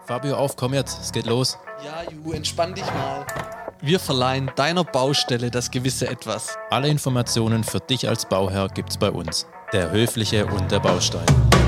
Fabio, auf, komm jetzt, es geht los. Ja, entspann dich mal. Wir verleihen deiner Baustelle das gewisse Etwas. Alle Informationen für dich als Bauherr gibt's bei uns. Der Höfliche und der Baustein.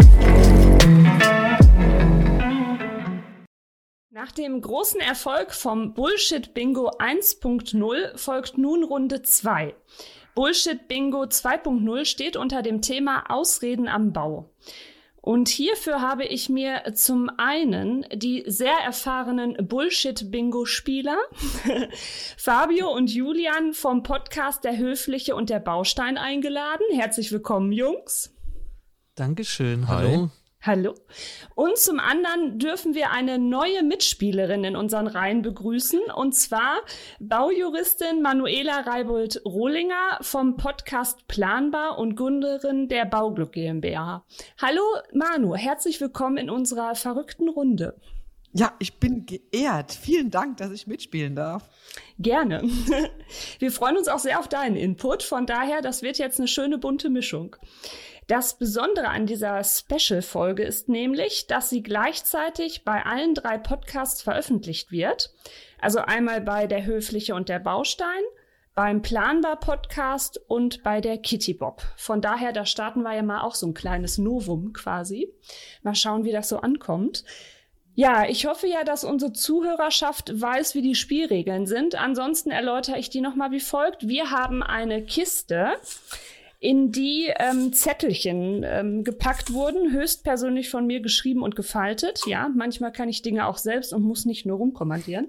Nach dem großen Erfolg vom Bullshit-Bingo 1.0 folgt nun Runde 2. Bullshit-Bingo 2.0 steht unter dem Thema Ausreden am Bau. Und hierfür habe ich mir zum einen die sehr erfahrenen Bullshit-Bingo-Spieler Fabio und Julian vom Podcast Der Höfliche und der Baustein eingeladen. Herzlich willkommen, Jungs. Dankeschön, Hi. hallo. Hallo. Und zum anderen dürfen wir eine neue Mitspielerin in unseren Reihen begrüßen, und zwar Baujuristin Manuela Reibold-Rohlinger vom Podcast Planbar und Gründerin der Bauglück GmbH. Hallo Manu, herzlich willkommen in unserer verrückten Runde. Ja, ich bin geehrt. Vielen Dank, dass ich mitspielen darf. Gerne. Wir freuen uns auch sehr auf deinen Input, von daher, das wird jetzt eine schöne bunte Mischung. Das Besondere an dieser Special-Folge ist nämlich, dass sie gleichzeitig bei allen 3 Podcasts veröffentlicht wird. Also einmal bei Der Höfliche und der Baustein, beim Planbar-Podcast und bei der Kitty Bob. Von daher, da starten wir ja mal auch so ein kleines Novum quasi. Mal schauen, wie das so ankommt. Ja, ich hoffe ja, dass unsere Zuhörerschaft weiß, wie die Spielregeln sind. Ansonsten erläutere ich die nochmal wie folgt. Wir haben eine Kiste, in die Zettelchen gepackt wurden, höchstpersönlich von mir geschrieben und gefaltet. Ja, manchmal kann ich Dinge auch selbst und muss nicht nur rumkommandieren.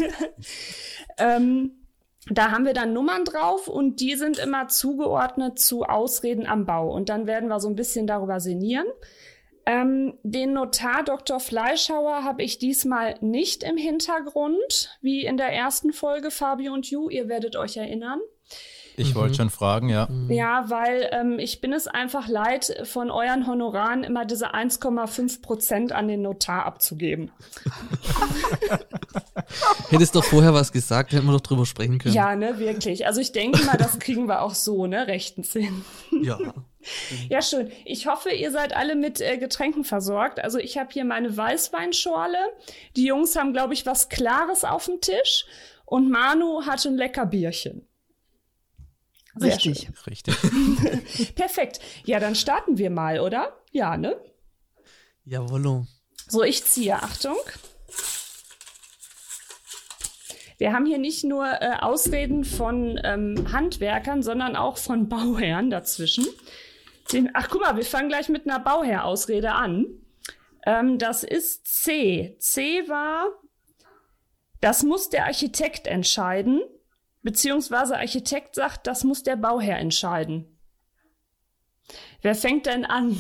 Da haben wir dann Nummern drauf und die sind immer zugeordnet zu Ausreden am Bau. Und dann werden wir so ein bisschen darüber sinnieren. Den Notar Dr. Fleischhauer habe ich diesmal nicht im Hintergrund, wie in der ersten Folge Fabio und Ju. Ihr werdet euch erinnern. Ich wollte schon fragen, ja. Ja, weil ich bin es einfach leid, von euren Honoraren immer diese 1,5% an den Notar abzugeben. Hättest doch vorher was gesagt, hätten wir doch drüber sprechen können. Ja, ne, wirklich. Also ich denke mal, das kriegen wir auch so, ne, rechtens hin. Ja. Ja, schön. Ich hoffe, ihr seid alle mit Getränken versorgt. Also ich habe hier meine Weißweinschorle. Die Jungs haben, glaube ich, was Klares auf dem Tisch. Und Manu hatte ein lecker Bierchen. Sehr Richtig. schön. Richtig. Perfekt. Ja, dann starten wir mal, oder? Ja, ne? Jawollo. So, ich ziehe. Achtung. Wir haben hier nicht nur Ausreden von Handwerkern, sondern auch von Bauherren dazwischen. Ach, guck mal, wir fangen gleich mit einer Bauherr-Ausrede an. Das ist C. C war, das muss der Architekt entscheiden. Beziehungsweise Architekt sagt, das muss der Bauherr entscheiden. Wer fängt denn an?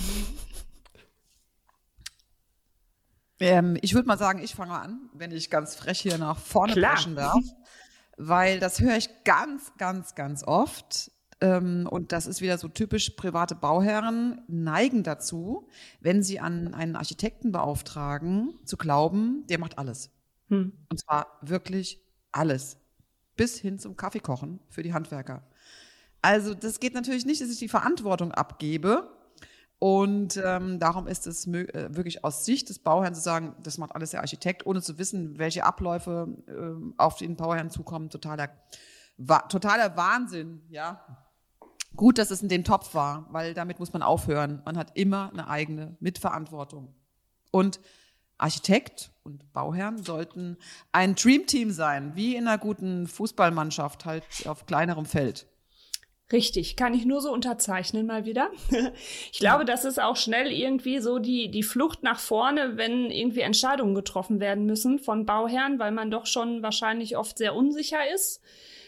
Ich würde mal sagen, ich fange an, wenn ich ganz frech hier nach vorne preschen darf. Weil das höre ich ganz, ganz, ganz oft. Und das ist wieder so typisch, private Bauherren neigen dazu, wenn sie an einen Architekten beauftragen, zu glauben, der macht alles. Und zwar wirklich alles. Bis hin zum Kaffeekochen für die Handwerker. Also das geht natürlich nicht, dass ich die Verantwortung abgebe. Und darum ist es wirklich aus Sicht des Bauherrn zu sagen, das macht alles der Architekt, ohne zu wissen, welche Abläufe auf den Bauherrn zukommen. Totaler Wahnsinn, ja. Gut, dass es in dem Topf war, weil damit muss man aufhören. Man hat immer eine eigene Mitverantwortung. Und Architekt und Bauherren sollten ein Dreamteam sein, wie in einer guten Fußballmannschaft, halt auf kleinerem Feld. Richtig, kann ich nur so unterzeichnen mal wieder. Ich glaube, das ist auch schnell irgendwie so die Flucht nach vorne, wenn irgendwie Entscheidungen getroffen werden müssen von Bauherren, weil man doch schon wahrscheinlich oft sehr unsicher ist.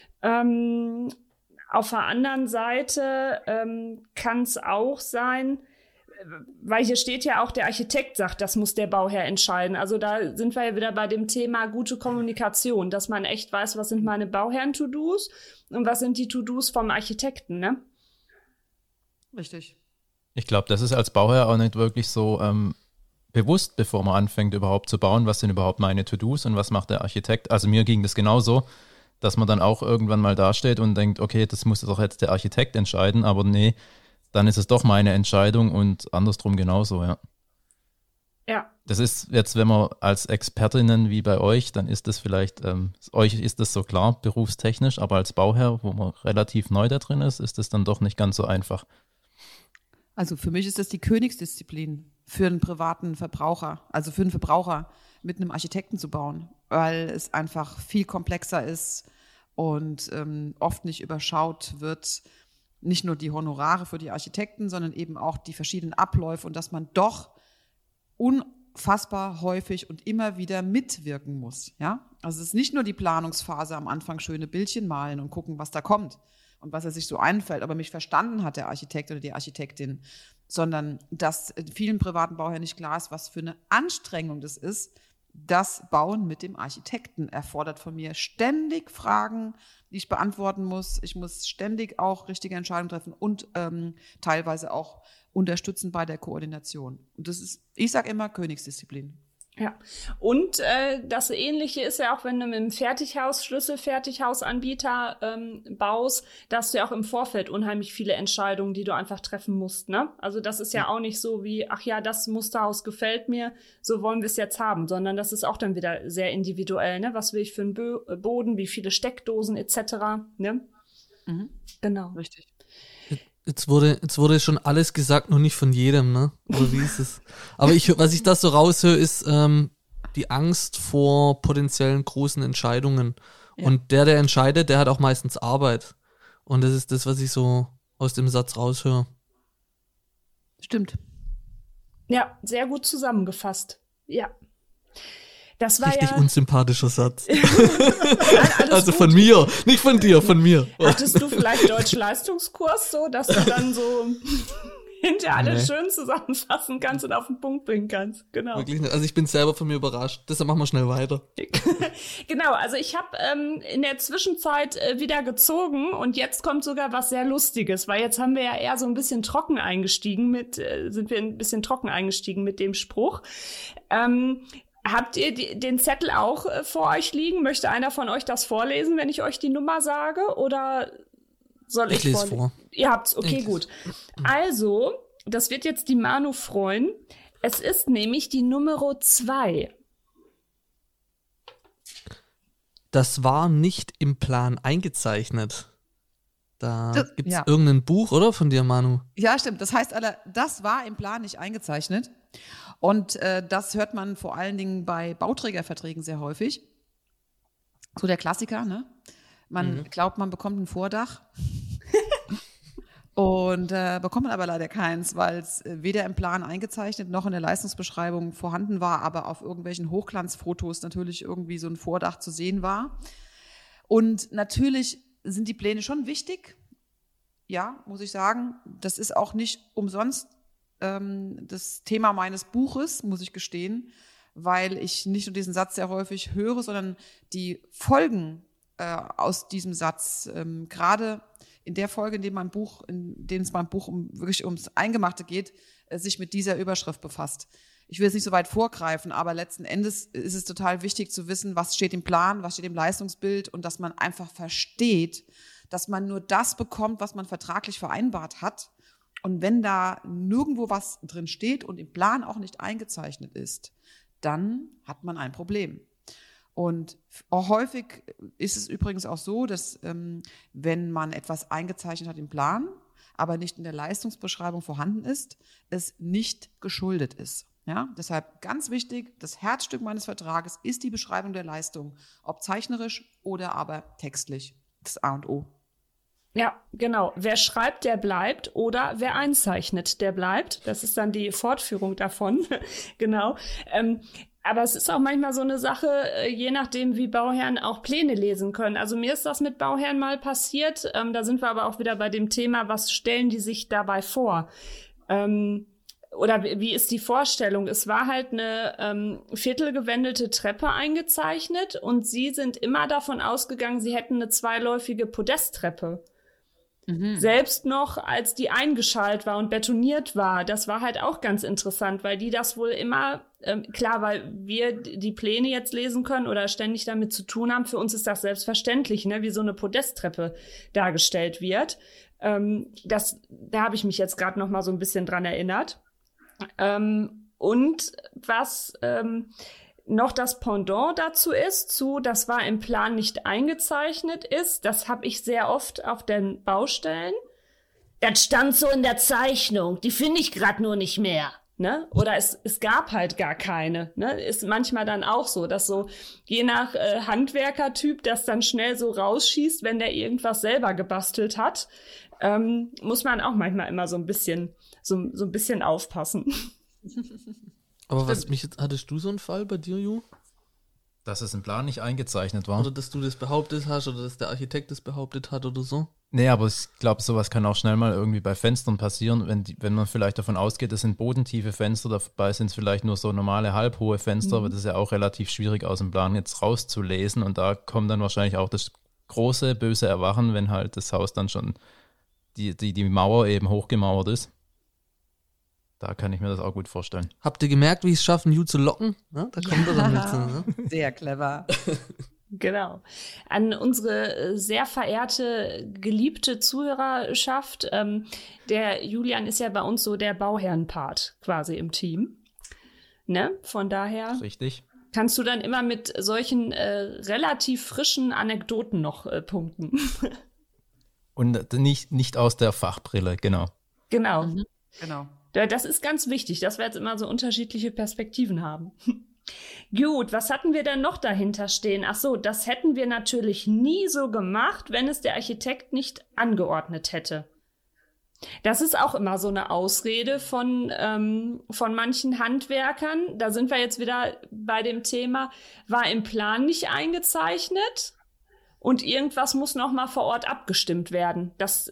Auf der anderen Seite kann es auch sein, weil hier steht ja auch, der Architekt sagt, das muss der Bauherr entscheiden. Also da sind wir ja wieder bei dem Thema gute Kommunikation, dass man echt weiß, was sind meine Bauherren-To-Dos und was sind die To-Dos vom Architekten, ne? Richtig. Ich glaube, das ist als Bauherr auch nicht wirklich so bewusst, bevor man anfängt überhaupt zu bauen, was sind überhaupt meine To-Dos und was macht der Architekt. Also mir ging das genauso, dass man dann auch irgendwann mal dasteht und denkt, okay, das muss doch jetzt der Architekt entscheiden, aber nee, dann ist es doch meine Entscheidung und andersrum genauso, ja. Ja. Das ist jetzt, wenn man als Expertinnen wie bei euch, dann ist das vielleicht, euch ist das so klar, berufstechnisch, aber als Bauherr, wo man relativ neu da drin ist das dann doch nicht ganz so einfach. Also für mich ist das die Königsdisziplin für einen privaten Verbraucher, also für einen Verbraucher mit einem Architekten zu bauen, weil es einfach viel komplexer ist und oft nicht überschaut wird, nicht nur die Honorare für die Architekten, sondern eben auch die verschiedenen Abläufe und dass man doch unfassbar häufig und immer wieder mitwirken muss. Ja? Also es ist nicht nur die Planungsphase am Anfang schöne Bildchen malen und gucken, was da kommt und was er sich so einfällt, aber mich verstanden hat der Architekt oder die Architektin, sondern dass vielen privaten Bauherren nicht klar ist, was für eine Anstrengung das ist. Das Bauen mit dem Architekten erfordert von mir ständig Fragen, die ich beantworten muss. Ich muss ständig auch richtige Entscheidungen treffen und teilweise auch unterstützen bei der Koordination. Und das ist, ich sage immer, Königsdisziplin. Ja, und das Ähnliche ist ja auch, wenn du mit einem Schlüsselfertighausanbieter baust, dass du ja auch im Vorfeld unheimlich viele Entscheidungen, die du einfach treffen musst, ne? Also das ist ja auch nicht so wie, ach ja, das Musterhaus gefällt mir, so wollen wir es jetzt haben, sondern das ist auch dann wieder sehr individuell, ne? Was will ich für einen Boden, wie viele Steckdosen etc., ne? Mhm. Genau. Richtig. Jetzt wurde schon alles gesagt, nur nicht von jedem, ne? Oder wie ist es? Aber was ich da so raushöre, ist die Angst vor potenziellen großen Entscheidungen. Ja. Und der entscheidet, der hat auch meistens Arbeit. Und das ist das, was ich so aus dem Satz raushöre. Stimmt. Ja, sehr gut zusammengefasst. Ja. Das war richtig ja unsympathischer Satz. Nein, also gut. von mir, nicht von dir, von mir. Hattest du vielleicht Deutsch-Leistungskurs so, dass du dann so hinter alles schön zusammenfassen kannst und auf den Punkt bringen kannst? Genau. Wirklich nicht. Also ich bin selber von mir überrascht. Deshalb machen wir schnell weiter. Genau, also ich habe in der Zwischenzeit wieder gezogen und jetzt kommt sogar was sehr Lustiges, weil jetzt haben wir ja eher so ein bisschen trocken eingestiegen mit dem Spruch. Habt ihr den Zettel auch vor euch liegen? Möchte einer von euch das vorlesen, wenn ich euch die Nummer sage? Oder soll ich lese vor? Ihr habt's, okay, gut. Also, das wird jetzt die Manu freuen. Es ist nämlich die Nummer 2. Das war nicht im Plan eingezeichnet. Da gibt's ja. irgendein Buch, oder? Von dir, Manu? Ja, stimmt. Das heißt, das war im Plan nicht eingezeichnet. Und das hört man vor allen Dingen bei Bauträgerverträgen sehr häufig. So der Klassiker, ne? Man glaubt, man bekommt ein Vordach und bekommt man aber leider keins, weil es weder im Plan eingezeichnet noch in der Leistungsbeschreibung vorhanden war, aber auf irgendwelchen Hochglanzfotos natürlich irgendwie so ein Vordach zu sehen war. Und natürlich sind die Pläne schon wichtig. Ja, muss ich sagen. Das ist auch nicht umsonst das Thema meines Buches, muss ich gestehen, weil ich nicht nur diesen Satz sehr häufig höre, sondern die Folgen aus diesem Satz, gerade in der Folge, in dem es meinem Buch wirklich ums Eingemachte geht, sich mit dieser Überschrift befasst. Ich will jetzt nicht so weit vorgreifen, aber letzten Endes ist es total wichtig zu wissen, was steht im Plan, was steht im Leistungsbild und dass man einfach versteht, dass man nur das bekommt, was man vertraglich vereinbart hat. Und wenn da nirgendwo was drin steht und im Plan auch nicht eingezeichnet ist, dann hat man ein Problem. Und auch häufig ist es übrigens auch so, dass wenn man etwas eingezeichnet hat im Plan, aber nicht in der Leistungsbeschreibung vorhanden ist, es nicht geschuldet ist. Ja? Deshalb ganz wichtig, das Herzstück meines Vertrages ist die Beschreibung der Leistung, ob zeichnerisch oder aber textlich. Das A und O. Ja, genau. Wer schreibt, der bleibt, oder wer einzeichnet, der bleibt. Das ist dann die Fortführung davon. Genau. Aber es ist auch manchmal so eine Sache, je nachdem, wie Bauherren auch Pläne lesen können. Also mir ist das mit Bauherren mal passiert. Da sind wir aber auch wieder bei dem Thema, was stellen die sich dabei vor? Oder wie ist die Vorstellung? Es war halt eine viertelgewendelte Treppe eingezeichnet und sie sind immer davon ausgegangen, sie hätten eine zweiläufige Podesttreppe. Selbst noch, als die eingeschalt war und betoniert war. Das war halt auch ganz interessant, weil die das wohl immer, klar, weil wir die Pläne jetzt lesen können oder ständig damit zu tun haben, für uns ist das selbstverständlich, ne, wie so eine Podesttreppe dargestellt wird. Da habe ich mich jetzt gerade noch mal so ein bisschen dran erinnert. Und was noch das Pendant dazu ist, das war im Plan nicht eingezeichnet ist, das habe ich sehr oft auf den Baustellen. Das stand so in der Zeichnung, die finde ich gerade nur nicht mehr. Ne? Oder es gab halt gar keine. Ne? Ist manchmal dann auch so, dass so je nach Handwerkertyp das dann schnell so rausschießt, wenn der irgendwas selber gebastelt hat. Muss man auch manchmal immer so ein bisschen aufpassen. Aber hattest du so einen Fall bei dir, Ju? Dass es im Plan nicht eingezeichnet war. Oder dass du das behauptet hast oder dass der Architekt das behauptet hat oder so? Nee, aber ich glaube, sowas kann auch schnell mal irgendwie bei Fenstern passieren, wenn man vielleicht davon ausgeht, es sind bodentiefe Fenster, dabei sind es vielleicht nur so normale halbhohe Fenster, aber das ist ja auch relativ schwierig aus dem Plan jetzt rauszulesen und da kommt dann wahrscheinlich auch das große, böse Erwachen, wenn halt das Haus dann schon die Mauer eben hochgemauert ist. Da kann ich mir das auch gut vorstellen. Habt ihr gemerkt, wie es schaffen, Ju zu locken? Ja, da kommt er dann mit. Ne? Sehr clever. Genau. An unsere sehr verehrte, geliebte Zuhörerschaft. Der Julian ist ja bei uns so der Bauherrenpart quasi im Team. Ne? Von daher Richtig. Kannst du dann immer mit solchen relativ frischen Anekdoten noch punkten. Und nicht aus der Fachbrille, genau. Genau. Genau. Das ist ganz wichtig, dass wir jetzt immer so unterschiedliche Perspektiven haben. Gut, was hatten wir denn noch dahinter stehen? Ach so, das hätten wir natürlich nie so gemacht, wenn es der Architekt nicht angeordnet hätte. Das ist auch immer so eine Ausrede von manchen Handwerkern. Da sind wir jetzt wieder bei dem Thema, war im Plan nicht eingezeichnet und irgendwas muss noch mal vor Ort abgestimmt werden. Das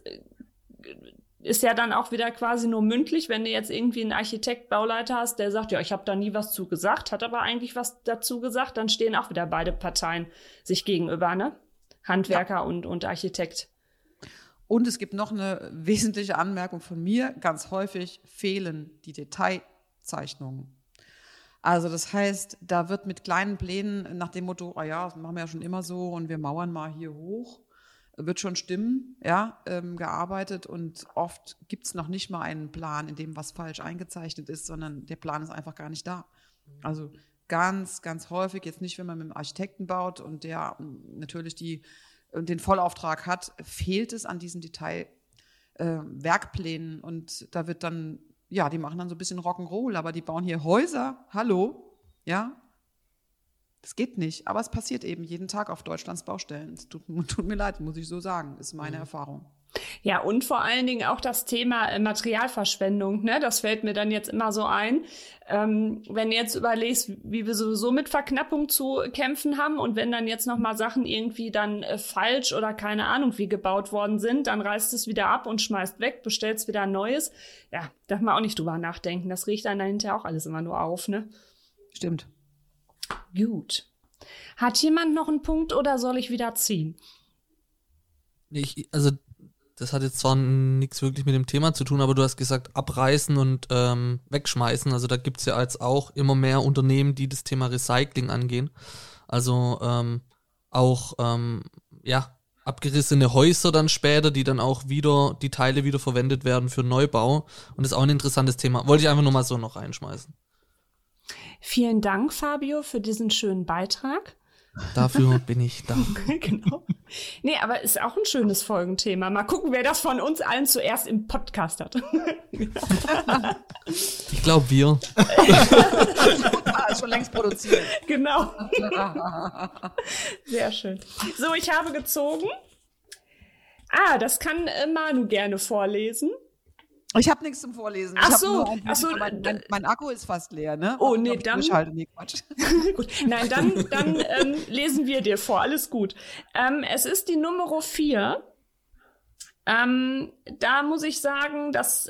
ist ja dann auch wieder quasi nur mündlich, wenn du jetzt irgendwie einen Architekt, Bauleiter hast, der sagt, ja, ich habe da nie was zu gesagt, hat aber eigentlich was dazu gesagt, dann stehen auch wieder beide Parteien sich gegenüber, ne? Handwerker und Architekt. Und es gibt noch eine wesentliche Anmerkung von mir. Ganz häufig fehlen die Detailzeichnungen. Also das heißt, da wird mit kleinen Plänen nach dem Motto, das machen wir ja schon immer so und wir mauern mal hier hoch, wird schon stimmen, gearbeitet und oft gibt es noch nicht mal einen Plan, in dem was falsch eingezeichnet ist, sondern der Plan ist einfach gar nicht da. Also ganz, ganz häufig, jetzt nicht, wenn man mit einem Architekten baut und der natürlich den Vollauftrag hat, fehlt es an diesen Werkplänen und da wird dann, die machen dann so ein bisschen Rock'n'Roll, aber die bauen hier Häuser, hallo, ja, das geht nicht, aber es passiert eben jeden Tag auf Deutschlands Baustellen. Es tut mir leid, muss ich so sagen, ist meine Erfahrung. Ja, und vor allen Dingen auch das Thema Materialverschwendung, ne? Das fällt mir dann jetzt immer so ein. Wenn du jetzt überlegst, wie wir sowieso mit Verknappung zu kämpfen haben und wenn dann jetzt nochmal Sachen irgendwie dann falsch oder keine Ahnung wie gebaut worden sind, dann reißt es wieder ab und schmeißt weg, bestellst wieder ein neues. Ja, darf man auch nicht drüber nachdenken. Das riecht dann dahinter auch alles immer nur auf, ne? Stimmt. Gut. Hat jemand noch einen Punkt oder soll ich wieder ziehen? Also das hat jetzt zwar nichts wirklich mit dem Thema zu tun, aber du hast gesagt, abreißen und wegschmeißen. Also da gibt es ja jetzt auch immer mehr Unternehmen, die das Thema Recycling angehen. Also abgerissene Häuser dann später, die dann auch wieder, die Teile wieder verwendet werden für Neubau. Und das ist auch ein interessantes Thema. Wollte ich einfach nur mal so noch reinschmeißen. Vielen Dank, Fabio, für diesen schönen Beitrag. Dafür bin ich da. Genau. Nee, aber ist auch ein schönes Folgenthema. Mal gucken, wer das von uns allen zuerst im Podcast hat. Ich glaube, wir. Schon längst produziert. Genau. Sehr schön. So, ich habe gezogen. Das kann Manu gerne vorlesen. Ich habe nichts zum Vorlesen. Mein Akku ist fast leer, ne? Oh, nee, dann. Quatsch. Gut. Nein, dann lesen wir dir vor. Alles gut. Es ist die Nummer 4. Da muss ich sagen, dass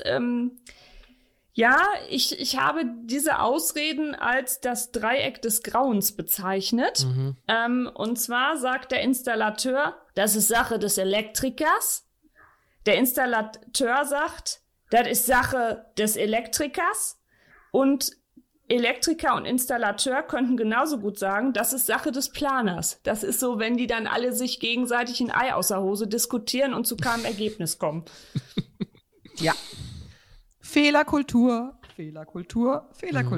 ich habe diese Ausreden als das Dreieck des Grauens bezeichnet. Und zwar sagt der Installateur, das ist Sache des Elektrikers. Der Installateur sagt, das ist Sache des Elektrikers und Elektriker und Installateur könnten genauso gut sagen, das ist Sache des Planers. Das ist so, wenn die dann alle sich gegenseitig ein Ei aus der Hose diskutieren und zu keinem Ergebnis kommen. Ja. Fehlerkultur. Fehlerkultur.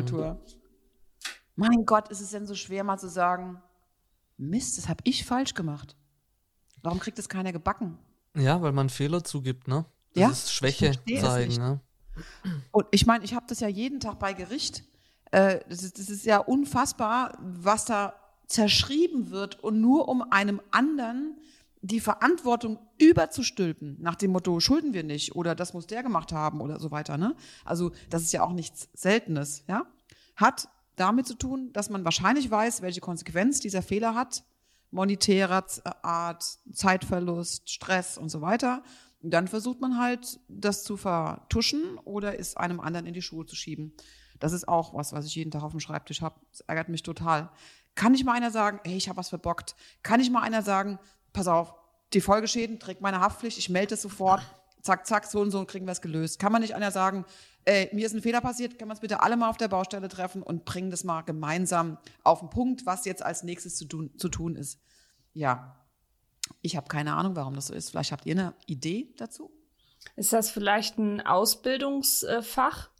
Mein Gott, ist es denn so schwer, mal zu sagen, Mist, das habe ich falsch gemacht. Warum kriegt das keiner gebacken? Ja, weil man Fehler zugibt, ne? Das ist Schwäche zeigen, ne? Und ich meine, ich habe das ja jeden Tag bei Gericht. Das ist ja unfassbar, was da zerschrieben wird und nur um einem anderen die Verantwortung überzustülpen, nach dem Motto, schulden wir nicht oder das muss der gemacht haben oder so weiter. Ne? Also das ist ja auch nichts Seltenes. Ja? Hat damit zu tun, dass man wahrscheinlich weiß, welche Konsequenz dieser Fehler hat, monetärer Art, Zeitverlust, Stress und so weiter. Und dann versucht man halt, das zu vertuschen oder es einem anderen in die Schuhe zu schieben. Das ist auch was ich jeden Tag auf dem Schreibtisch habe. Das ärgert mich total. Kann nicht mal einer sagen, hey, ich habe was verbockt? Kann nicht mal einer sagen, pass auf, die Folgeschäden, trägt meine Haftpflicht, ich melde es sofort, zack, zack, so und kriegen wir es gelöst. Kann man nicht einer sagen, mir ist ein Fehler passiert, können wir uns bitte alle mal auf der Baustelle treffen und bringen das mal gemeinsam auf den Punkt, was jetzt als nächstes zu tun ist. Ja, ich habe keine Ahnung, warum das so ist. Vielleicht habt ihr eine Idee dazu? Ist das vielleicht ein Ausbildungsfach?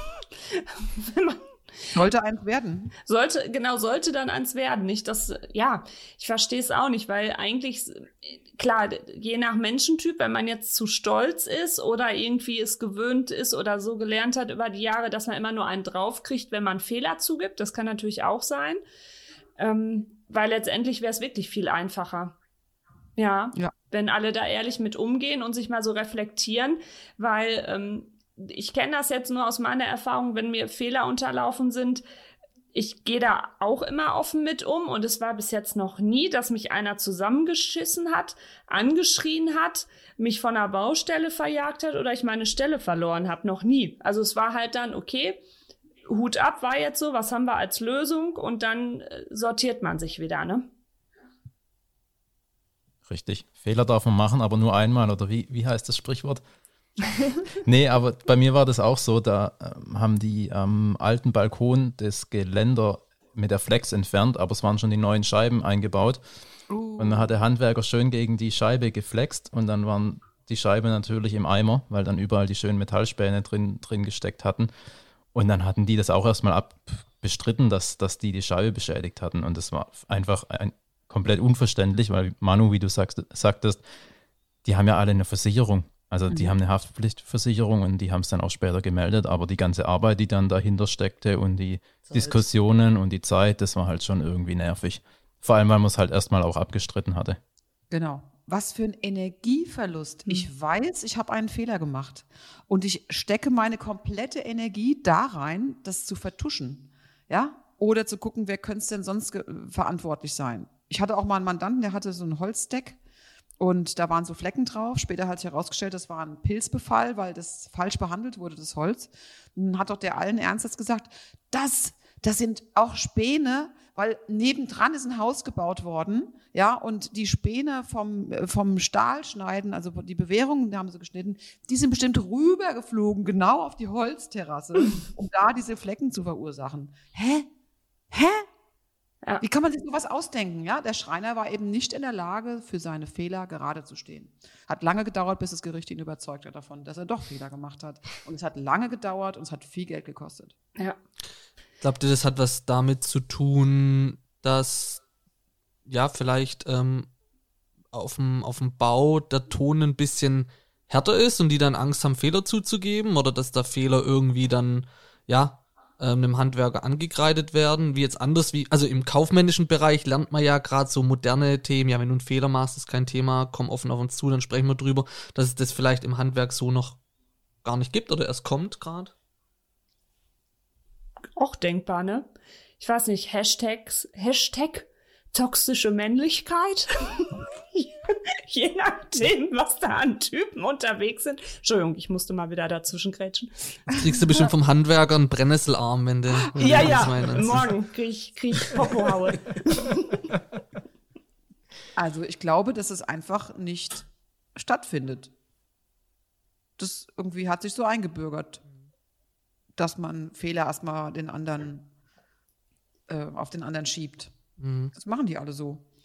Sollte eins werden. Sollte dann eins werden. Nicht, dass, ja, ich verstehe es auch nicht, weil eigentlich, klar, je nach Menschentyp, wenn man jetzt zu stolz ist oder irgendwie es gewöhnt ist oder so gelernt hat über die Jahre, dass man immer nur einen draufkriegt, wenn man Fehler zugibt, das kann natürlich auch sein, weil letztendlich wäre es wirklich viel einfacher. Ja, wenn alle da ehrlich mit umgehen und sich mal so reflektieren, weil ich kenne das jetzt nur aus meiner Erfahrung, wenn mir Fehler unterlaufen sind. Ich gehe da auch immer offen mit um und es war bis jetzt noch nie, dass mich einer zusammengeschissen hat, angeschrien hat, mich von der Baustelle verjagt hat oder ich meine Stelle verloren habe. Noch nie. Also es war halt dann, okay, Hut ab, war jetzt so, was haben wir als Lösung und dann sortiert man sich wieder, ne? Richtig. Fehler darf man machen, aber nur einmal, oder wie heißt das Sprichwort? Nee, aber bei mir war das auch so, da haben die am alten Balkon das Geländer mit der Flex entfernt, aber es waren schon die neuen Scheiben eingebaut. Und dann hat der Handwerker schön gegen die Scheibe geflext und dann waren die Scheiben natürlich im Eimer, weil dann überall die schönen Metallspäne drin gesteckt hatten. Und dann hatten die das auch erstmal bestritten, dass die Scheibe beschädigt hatten. Und das war einfach komplett unverständlich, weil Manu, wie du sagtest, die haben ja alle eine Versicherung. Also die haben eine Haftpflichtversicherung und die haben es dann auch später gemeldet, aber die ganze Arbeit, die dann dahinter steckte und die Diskussionen und die Zeit, das war halt schon irgendwie nervig. Vor allem, weil man es halt erstmal auch abgestritten hatte. Genau. Was für ein Energieverlust. Ich weiß, ich habe einen Fehler gemacht und ich stecke meine komplette Energie da rein, das zu vertuschen. Ja? Oder zu gucken, wer könnte es denn sonst verantwortlich sein. Ich hatte auch mal einen Mandanten, der hatte so ein Holzdeck. Und da waren so Flecken drauf. Später hat sich herausgestellt, das war ein Pilzbefall, weil das falsch behandelt wurde, das Holz. Und dann hat doch der allen Ernstes gesagt, das sind auch Späne, weil nebendran ist ein Haus gebaut worden, ja, und die Späne vom Stahlschneiden, also die Bewehrungen, die haben sie geschnitten, die sind bestimmt rübergeflogen, genau auf die Holzterrasse, um da diese Flecken zu verursachen. Hä? Ja. Wie kann man sich sowas ausdenken? Ja, der Schreiner war eben nicht in der Lage, für seine Fehler gerade zu stehen. Hat lange gedauert, bis das Gericht ihn überzeugt hat davon, dass er doch Fehler gemacht hat. Und es hat lange gedauert und es hat viel Geld gekostet. Ja. Glaubt ihr, das hat was damit zu tun, dass ja vielleicht auf dem Bau der Ton ein bisschen härter ist und die dann Angst haben, Fehler zuzugeben oder dass da Fehler irgendwie dann einem Handwerker angekreidet werden, wie jetzt anders also im kaufmännischen Bereich lernt man ja gerade so moderne Themen, ja, wenn du einen Fehler machst, ist kein Thema, komm offen auf uns zu, dann sprechen wir drüber, dass es das vielleicht im Handwerk so noch gar nicht gibt oder erst kommt gerade. Auch denkbar, ne? Ich weiß nicht, Hashtag toxische Männlichkeit. Je nachdem, was da an Typen unterwegs sind. Entschuldigung, ich musste mal wieder dazwischen grätschen. Jetzt kriegst du bestimmt vom Handwerker einen Brennnesselarm, wenn du... Morgen krieg ich Popohaue. Also ich glaube, dass es einfach nicht stattfindet. Das irgendwie hat sich so eingebürgert, dass man Fehler erstmal den anderen auf den anderen schiebt. Das machen die alle so.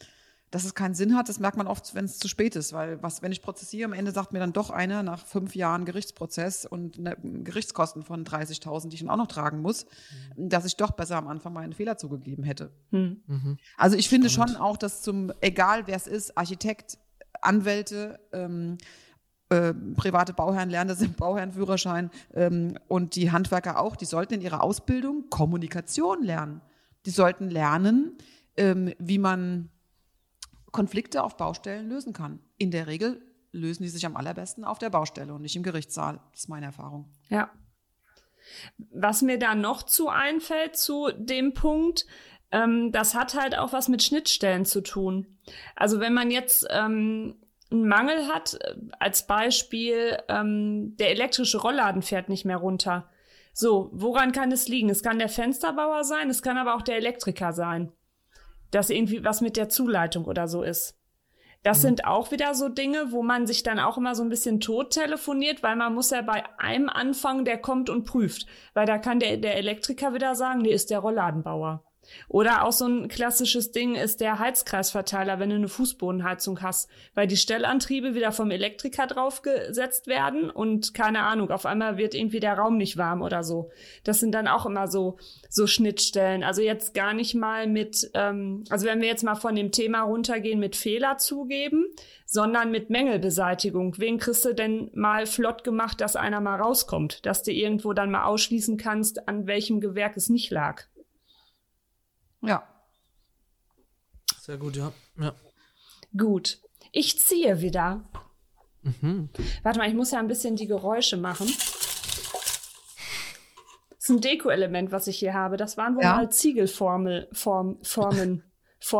dass es keinen Sinn hat, das merkt man oft, wenn es zu spät ist, weil wenn ich prozessiere, am Ende sagt mir dann doch einer nach 5 Jahren Gerichtsprozess und Gerichtskosten von 30.000, die ich dann auch noch tragen muss, dass ich doch besser am Anfang meinen Fehler zugegeben hätte. Also ich finde schon auch, dass egal wer es ist, Architekt, Anwälte, private Bauherren lernen das im Bauherrenführerschein und die Handwerker auch, die sollten in ihrer Ausbildung Kommunikation lernen. Die sollten lernen, wie man Konflikte auf Baustellen lösen kann. In der Regel lösen die sich am allerbesten auf der Baustelle und nicht im Gerichtssaal. Das ist meine Erfahrung. Ja. Was mir da noch zu einfällt zu dem Punkt, das hat halt auch was mit Schnittstellen zu tun. Also wenn man jetzt einen Mangel hat, als Beispiel, der elektrische Rollladen fährt nicht mehr runter. So, woran kann es liegen? Es kann der Fensterbauer sein, es kann aber auch der Elektriker sein, dass irgendwie was mit der Zuleitung oder so ist. Das sind auch wieder so Dinge, wo man sich dann auch immer so ein bisschen tot telefoniert, weil man muss ja bei einem anfangen, der kommt und prüft. Weil da kann der Elektriker wieder sagen, nee, ist der Rollladenbauer. Oder auch so ein klassisches Ding ist der Heizkreisverteiler, wenn du eine Fußbodenheizung hast, weil die Stellantriebe wieder vom Elektriker draufgesetzt werden und keine Ahnung, auf einmal wird irgendwie der Raum nicht warm oder so. Das sind dann auch immer so Schnittstellen. Also jetzt gar nicht mal mit, also wenn wir jetzt mal von dem Thema runtergehen mit Fehler zugeben, sondern mit Mängelbeseitigung. Wen kriegst du denn mal flott gemacht, dass einer mal rauskommt, dass du irgendwo dann mal ausschließen kannst, an welchem Gewerk es nicht lag? Ja. Sehr gut, ja. Gut. Ich ziehe wieder. Warte mal, ich muss ja ein bisschen die Geräusche machen. Das ist ein Deko-Element, was ich hier habe. Das waren wohl mal Ziegelformchen.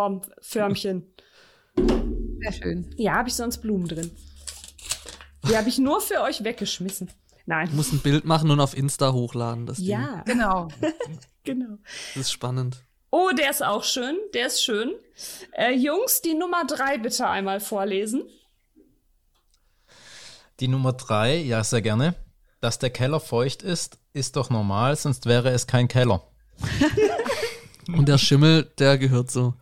Sehr schön. Ja, habe ich sonst Blumen drin. Die habe ich nur für euch weggeschmissen. Nein. Du musst ein Bild machen und auf Insta hochladen. Das Ding. Genau. Genau. Das ist spannend. Oh, der ist auch schön. Der ist schön. Jungs, die Nummer 3 bitte einmal vorlesen. Die Nummer 3, ja, sehr gerne. Dass der Keller feucht ist, ist doch normal, sonst wäre es kein Keller. Und der Schimmel, der gehört so.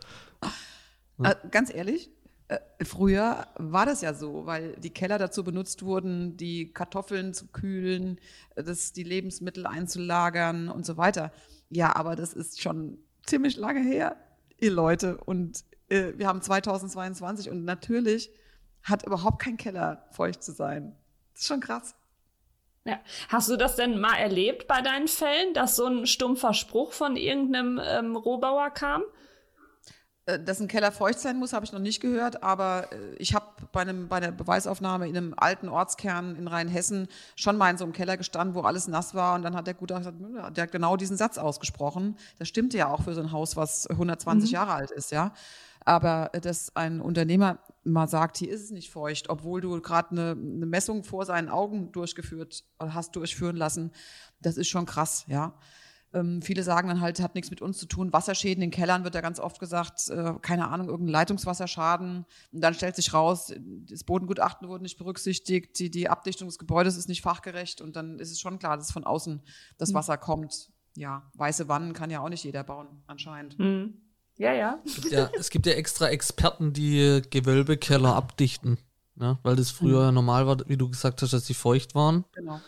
Ganz ehrlich, früher war das ja so, weil die Keller dazu benutzt wurden, die Kartoffeln zu kühlen, die Lebensmittel einzulagern und so weiter. Ja, aber das ist schon ziemlich lange her, ihr Leute. Und wir haben 2022 und natürlich hat überhaupt kein Keller feucht zu sein. Das ist schon krass. Ja. Hast du das denn mal erlebt bei deinen Fällen, dass so ein stumpfer Spruch von irgendeinem Rohbauer kam? Dass ein Keller feucht sein muss, habe ich noch nicht gehört, aber ich habe bei der Beweisaufnahme in einem alten Ortskern in Rheinhessen schon mal in so einem Keller gestanden, wo alles nass war und dann hat der Gutachter gesagt, der hat genau diesen Satz ausgesprochen. Das stimmte ja auch für so ein Haus, was 120 Jahre alt ist, ja. Aber dass ein Unternehmer mal sagt, hier ist es nicht feucht, obwohl du gerade eine Messung vor seinen Augen hast durchführen lassen, das ist schon krass, ja. Viele sagen dann halt, hat nichts mit uns zu tun. Wasserschäden in Kellern wird ja ganz oft gesagt, keine Ahnung, irgendein Leitungswasserschaden. Und dann stellt sich raus, das Bodengutachten wurde nicht berücksichtigt, die Abdichtung des Gebäudes ist nicht fachgerecht und dann ist es schon klar, dass von außen das Wasser kommt. Ja, weiße Wannen kann ja auch nicht jeder bauen, anscheinend. Mhm. Ja. Es gibt ja extra Experten, die Gewölbekeller abdichten, ne? Weil das früher normal war, wie du gesagt hast, dass sie feucht waren. Genau.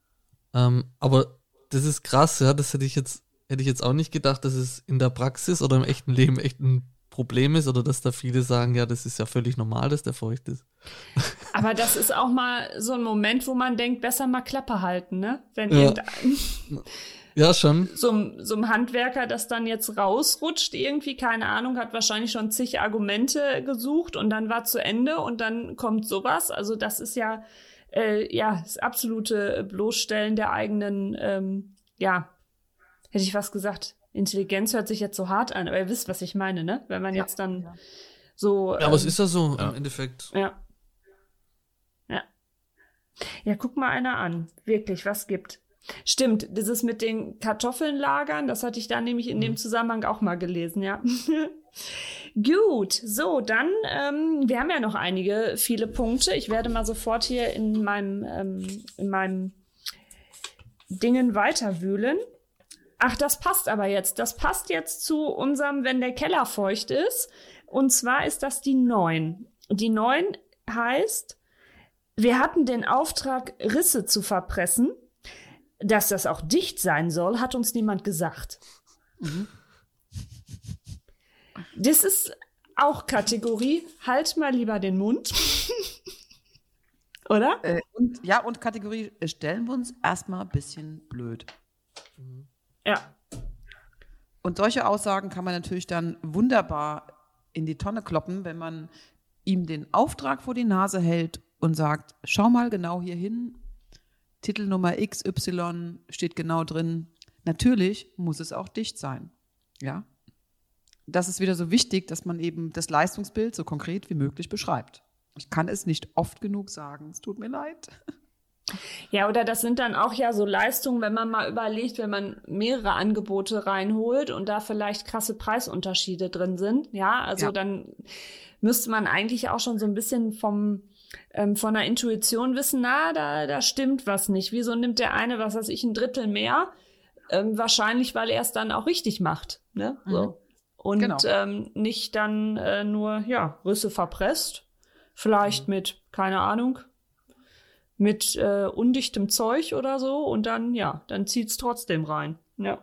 Aber das ist krass, ja, das hätte ich jetzt auch nicht gedacht, dass es in der Praxis oder im echten Leben echt ein Problem ist oder dass da viele sagen, ja, das ist ja völlig normal, dass der feucht ist. Aber das ist auch mal so ein Moment, wo man denkt, besser mal Klappe halten, ne? Wenn ja, schon. So ein Handwerker, das dann jetzt rausrutscht irgendwie, keine Ahnung, hat wahrscheinlich schon zig Argumente gesucht und dann war zu Ende und dann kommt sowas. Also das ist ja das absolute Bloßstellen der eigenen, hätte ich was gesagt, Intelligenz hört sich jetzt so hart an, aber ihr wisst, was ich meine, ne? Wenn man jetzt dann so... Ja, aber es ist ja so im Endeffekt. Ja. Ja, guck mal einer an. Wirklich, was gibt. Stimmt, dieses mit den Kartoffeln lagern, das hatte ich da nämlich in dem Zusammenhang auch mal gelesen, ja. Gut, so, dann, wir haben ja noch viele Punkte. Ich werde mal sofort hier in meinem Dingen weiterwühlen. Ach, das passt aber jetzt. Das passt jetzt zu unserem, wenn der Keller feucht ist. Und zwar ist das die 9. Die 9 heißt, wir hatten den Auftrag, Risse zu verpressen. Dass das auch dicht sein soll, hat uns niemand gesagt. Mhm. Das ist auch Kategorie, halt mal lieber den Mund. Oder? Und Kategorie, stellen wir uns erstmal ein bisschen blöd. Ja. Und solche Aussagen kann man natürlich dann wunderbar in die Tonne kloppen, wenn man ihm den Auftrag vor die Nase hält und sagt, schau mal genau hier hin, Titelnummer XY steht genau drin. Natürlich muss es auch dicht sein. Ja. Das ist wieder so wichtig, dass man eben das Leistungsbild so konkret wie möglich beschreibt. Ich kann es nicht oft genug sagen. Es tut mir leid. Ja, oder das sind dann auch ja so Leistungen, wenn man mal überlegt, wenn man mehrere Angebote reinholt und da vielleicht krasse Preisunterschiede drin sind. Ja, also dann müsste man eigentlich auch schon so ein bisschen von der Intuition wissen, da stimmt was nicht. Wieso nimmt der eine, was weiß ich, ein Drittel mehr? Wahrscheinlich, weil er es dann auch richtig macht. Ne? So. Und nicht dann nur Risse verpresst. Vielleicht mit, keine Ahnung, mit undichtem Zeug oder so. Und dann zieht's trotzdem rein. Ja.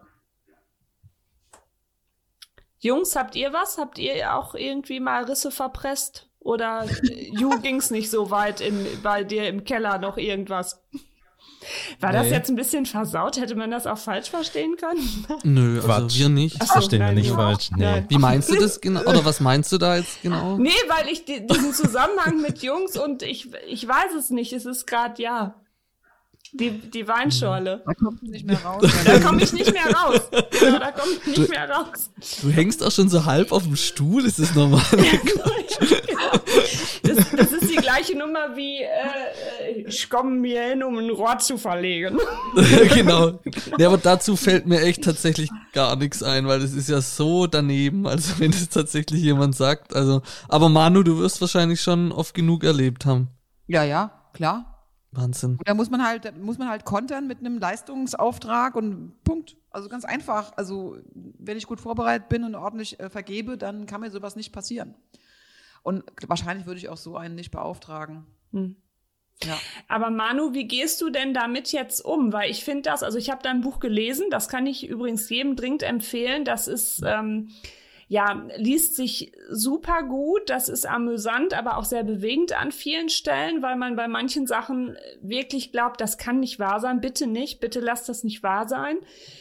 Jungs, habt ihr was? Habt ihr auch irgendwie mal Risse verpresst? Oder ging's nicht so weit bei dir im Keller noch irgendwas? War das jetzt ein bisschen versaut? Hätte man das auch falsch verstehen können? Nö, also wir nicht. Das verstehen wir nicht falsch. Nee. Wie meinst du das genau? Oder was meinst du da jetzt genau? Nee, weil ich diesen Zusammenhang mit Jungs und ich weiß es nicht. Es ist gerade, die Weinschorle. Da kommt nicht mehr raus. Da komme ich nicht mehr raus. Ja, da komme ich nicht mehr raus. Du hängst auch schon so halb auf dem Stuhl, ist das normal? Das ist die gleiche Nummer wie ich komme mir hin, um ein Rohr zu verlegen. Genau. Ja, aber dazu fällt mir echt tatsächlich gar nichts ein, weil das ist ja so daneben, also wenn es tatsächlich jemand sagt. Also, aber Manu, du wirst wahrscheinlich schon oft genug erlebt haben. Ja, klar. Wahnsinn. Und da muss man halt kontern mit einem Leistungsauftrag und Punkt. Also ganz einfach. Also wenn ich gut vorbereitet bin und ordentlich vergebe, dann kann mir sowas nicht passieren. Und wahrscheinlich würde ich auch so einen nicht beauftragen. Ja. Aber Manu, wie gehst du denn damit jetzt um? Weil ich finde das, also ich habe dein Buch gelesen, das kann ich übrigens jedem dringend empfehlen. Das ist liest sich super gut, das ist amüsant, aber auch sehr bewegend an vielen Stellen, weil man bei manchen Sachen wirklich glaubt, das kann nicht wahr sein, bitte nicht, bitte lass das nicht wahr sein.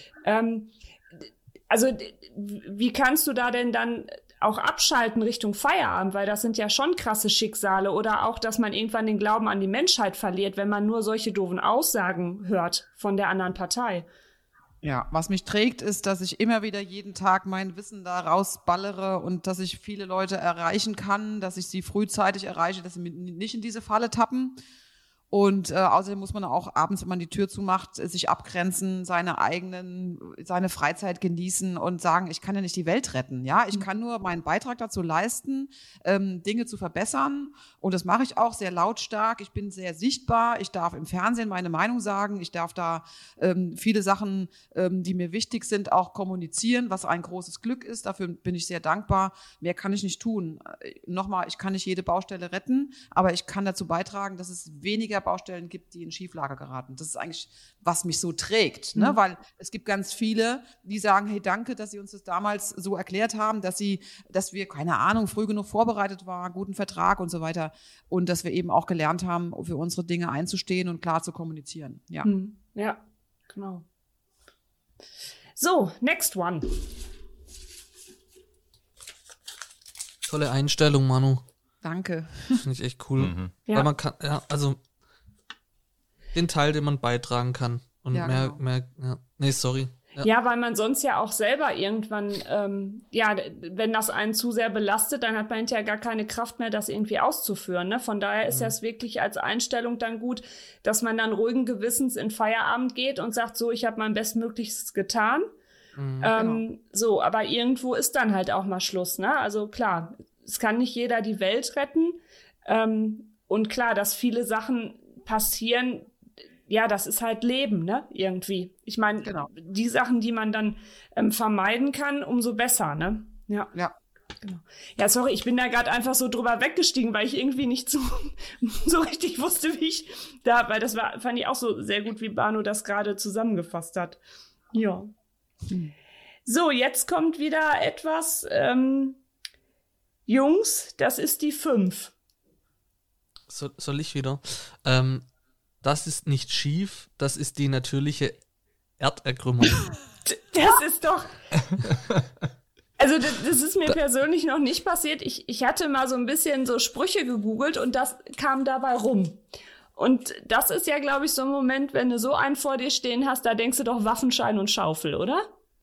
Also wie kannst du da denn dann auch abschalten Richtung Feierabend, weil das sind ja schon krasse Schicksale, oder auch, dass man irgendwann den Glauben an die Menschheit verliert, wenn man nur solche doofen Aussagen hört von der anderen Partei. Ja, was mich trägt, ist, dass ich immer wieder jeden Tag mein Wissen da rausballere und dass ich viele Leute erreichen kann, dass ich sie frühzeitig erreiche, dass sie nicht in diese Falle tappen. Und außerdem muss man auch abends, wenn man die Tür zumacht, sich abgrenzen, seine Freizeit genießen und sagen, ich kann ja nicht die Welt retten. Ja, ich kann nur meinen Beitrag dazu leisten, Dinge zu verbessern. Und das mache ich auch sehr lautstark. Ich bin sehr sichtbar. Ich darf im Fernsehen meine Meinung sagen. Ich darf da viele Sachen, die mir wichtig sind, auch kommunizieren, was ein großes Glück ist. Dafür bin ich sehr dankbar. Mehr kann ich nicht tun. Nochmal, ich kann nicht jede Baustelle retten, aber ich kann dazu beitragen, dass es weniger Baustellen gibt, die in Schieflage geraten. Das ist eigentlich, was mich so trägt, ne? Weil es gibt ganz viele, die sagen, hey, danke, dass Sie uns das damals so erklärt haben, dass wir, keine Ahnung, früh genug vorbereitet waren, guten Vertrag und so weiter, und dass wir eben auch gelernt haben, für unsere Dinge einzustehen und klar zu kommunizieren. Ja, ja, genau. So, next one. Tolle Einstellung, Manu. Danke. Finde ich echt cool. Weil man kann, den Teil, den man beitragen kann. Und sorry. Ja, weil man sonst ja auch selber irgendwann, wenn das einen zu sehr belastet, dann hat man hinterher gar keine Kraft mehr, das irgendwie auszuführen. Ne? Von daher ist das wirklich als Einstellung dann gut, dass man dann ruhigen Gewissens in Feierabend geht und sagt, so, ich habe mein Bestmöglichstes getan. So, aber irgendwo ist dann halt auch mal Schluss. Ne? Also klar, es kann nicht jeder die Welt retten. Und klar, dass viele Sachen passieren, ja, das ist halt Leben, ne, irgendwie. Ich meine, die Sachen, die man dann vermeiden kann, umso besser, ne? Ja. Genau. Ja, sorry, ich bin da gerade einfach so drüber weggestiegen, weil ich irgendwie nicht so richtig wusste, wie ich da, weil fand ich auch so sehr gut, wie Banu das gerade zusammengefasst hat. Ja. So, jetzt kommt wieder etwas, Jungs, das ist die 5. Soll ich wieder? Das ist nicht schief, das ist die natürliche Erderkrümmung. Das ist doch... Also das ist mir persönlich noch nicht passiert. Ich hatte mal so ein bisschen so Sprüche gegoogelt und das kam dabei rum. Und das ist ja, glaube ich, so ein Moment, wenn du so einen vor dir stehen hast, da denkst du doch Waffenschein und Schaufel, oder?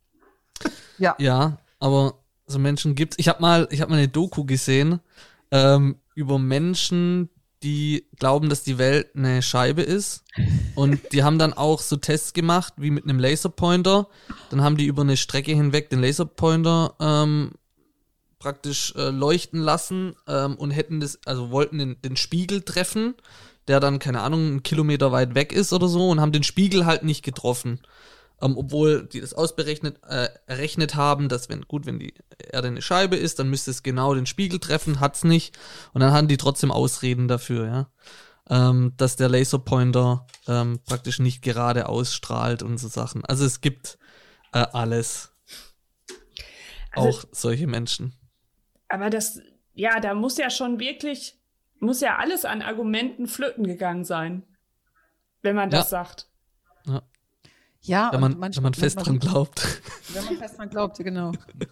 Ja. Ja, aber so Menschen gibt's. Ich hab mal eine Doku gesehen über Menschen, die glauben, dass die Welt eine Scheibe ist. Und die haben dann auch so Tests gemacht, wie mit einem Laserpointer. Dann haben die über eine Strecke hinweg den Laserpointer praktisch leuchten lassen und hätten wollten den Spiegel treffen, der dann, keine Ahnung, 1 Kilometer weit weg ist oder so, und haben den Spiegel halt nicht getroffen. Obwohl die das errechnet haben, dass wenn die Erde eine Scheibe ist, dann müsste es genau den Spiegel treffen, hat's nicht. Und dann hatten die trotzdem Ausreden dafür, ja, dass der Laserpointer praktisch nicht gerade ausstrahlt und so Sachen. Also es gibt alles. Also, auch solche Menschen. Aber da muss ja schon wirklich, muss ja alles an Argumenten flöten gegangen sein, wenn man das sagt. Ja. Ja, wenn man fest dran glaubt. Wenn man fest dran glaubt, genau.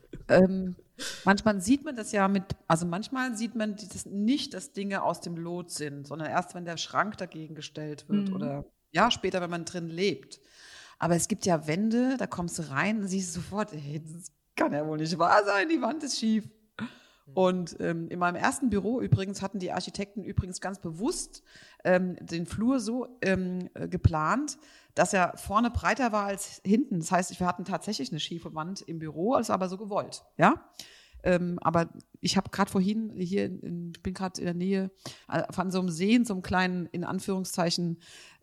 Manchmal sieht man das ja manchmal sieht man nicht, dass Dinge aus dem Lot sind, sondern erst, wenn der Schrank dagegen gestellt wird oder später, wenn man drin lebt. Aber es gibt ja Wände, da kommst du rein und siehst sofort, hey, das kann ja wohl nicht wahr sein, die Wand ist schief. Und in meinem ersten Büro übrigens hatten die Architekten ganz bewusst den Flur so geplant, dass er vorne breiter war als hinten. Das heißt, wir hatten tatsächlich eine schiefe Wand im Büro, also aber so gewollt. Ja? Aber ich habe gerade vorhin bin gerade in der Nähe von so einem See, in so einem kleinen, in Anführungszeichen,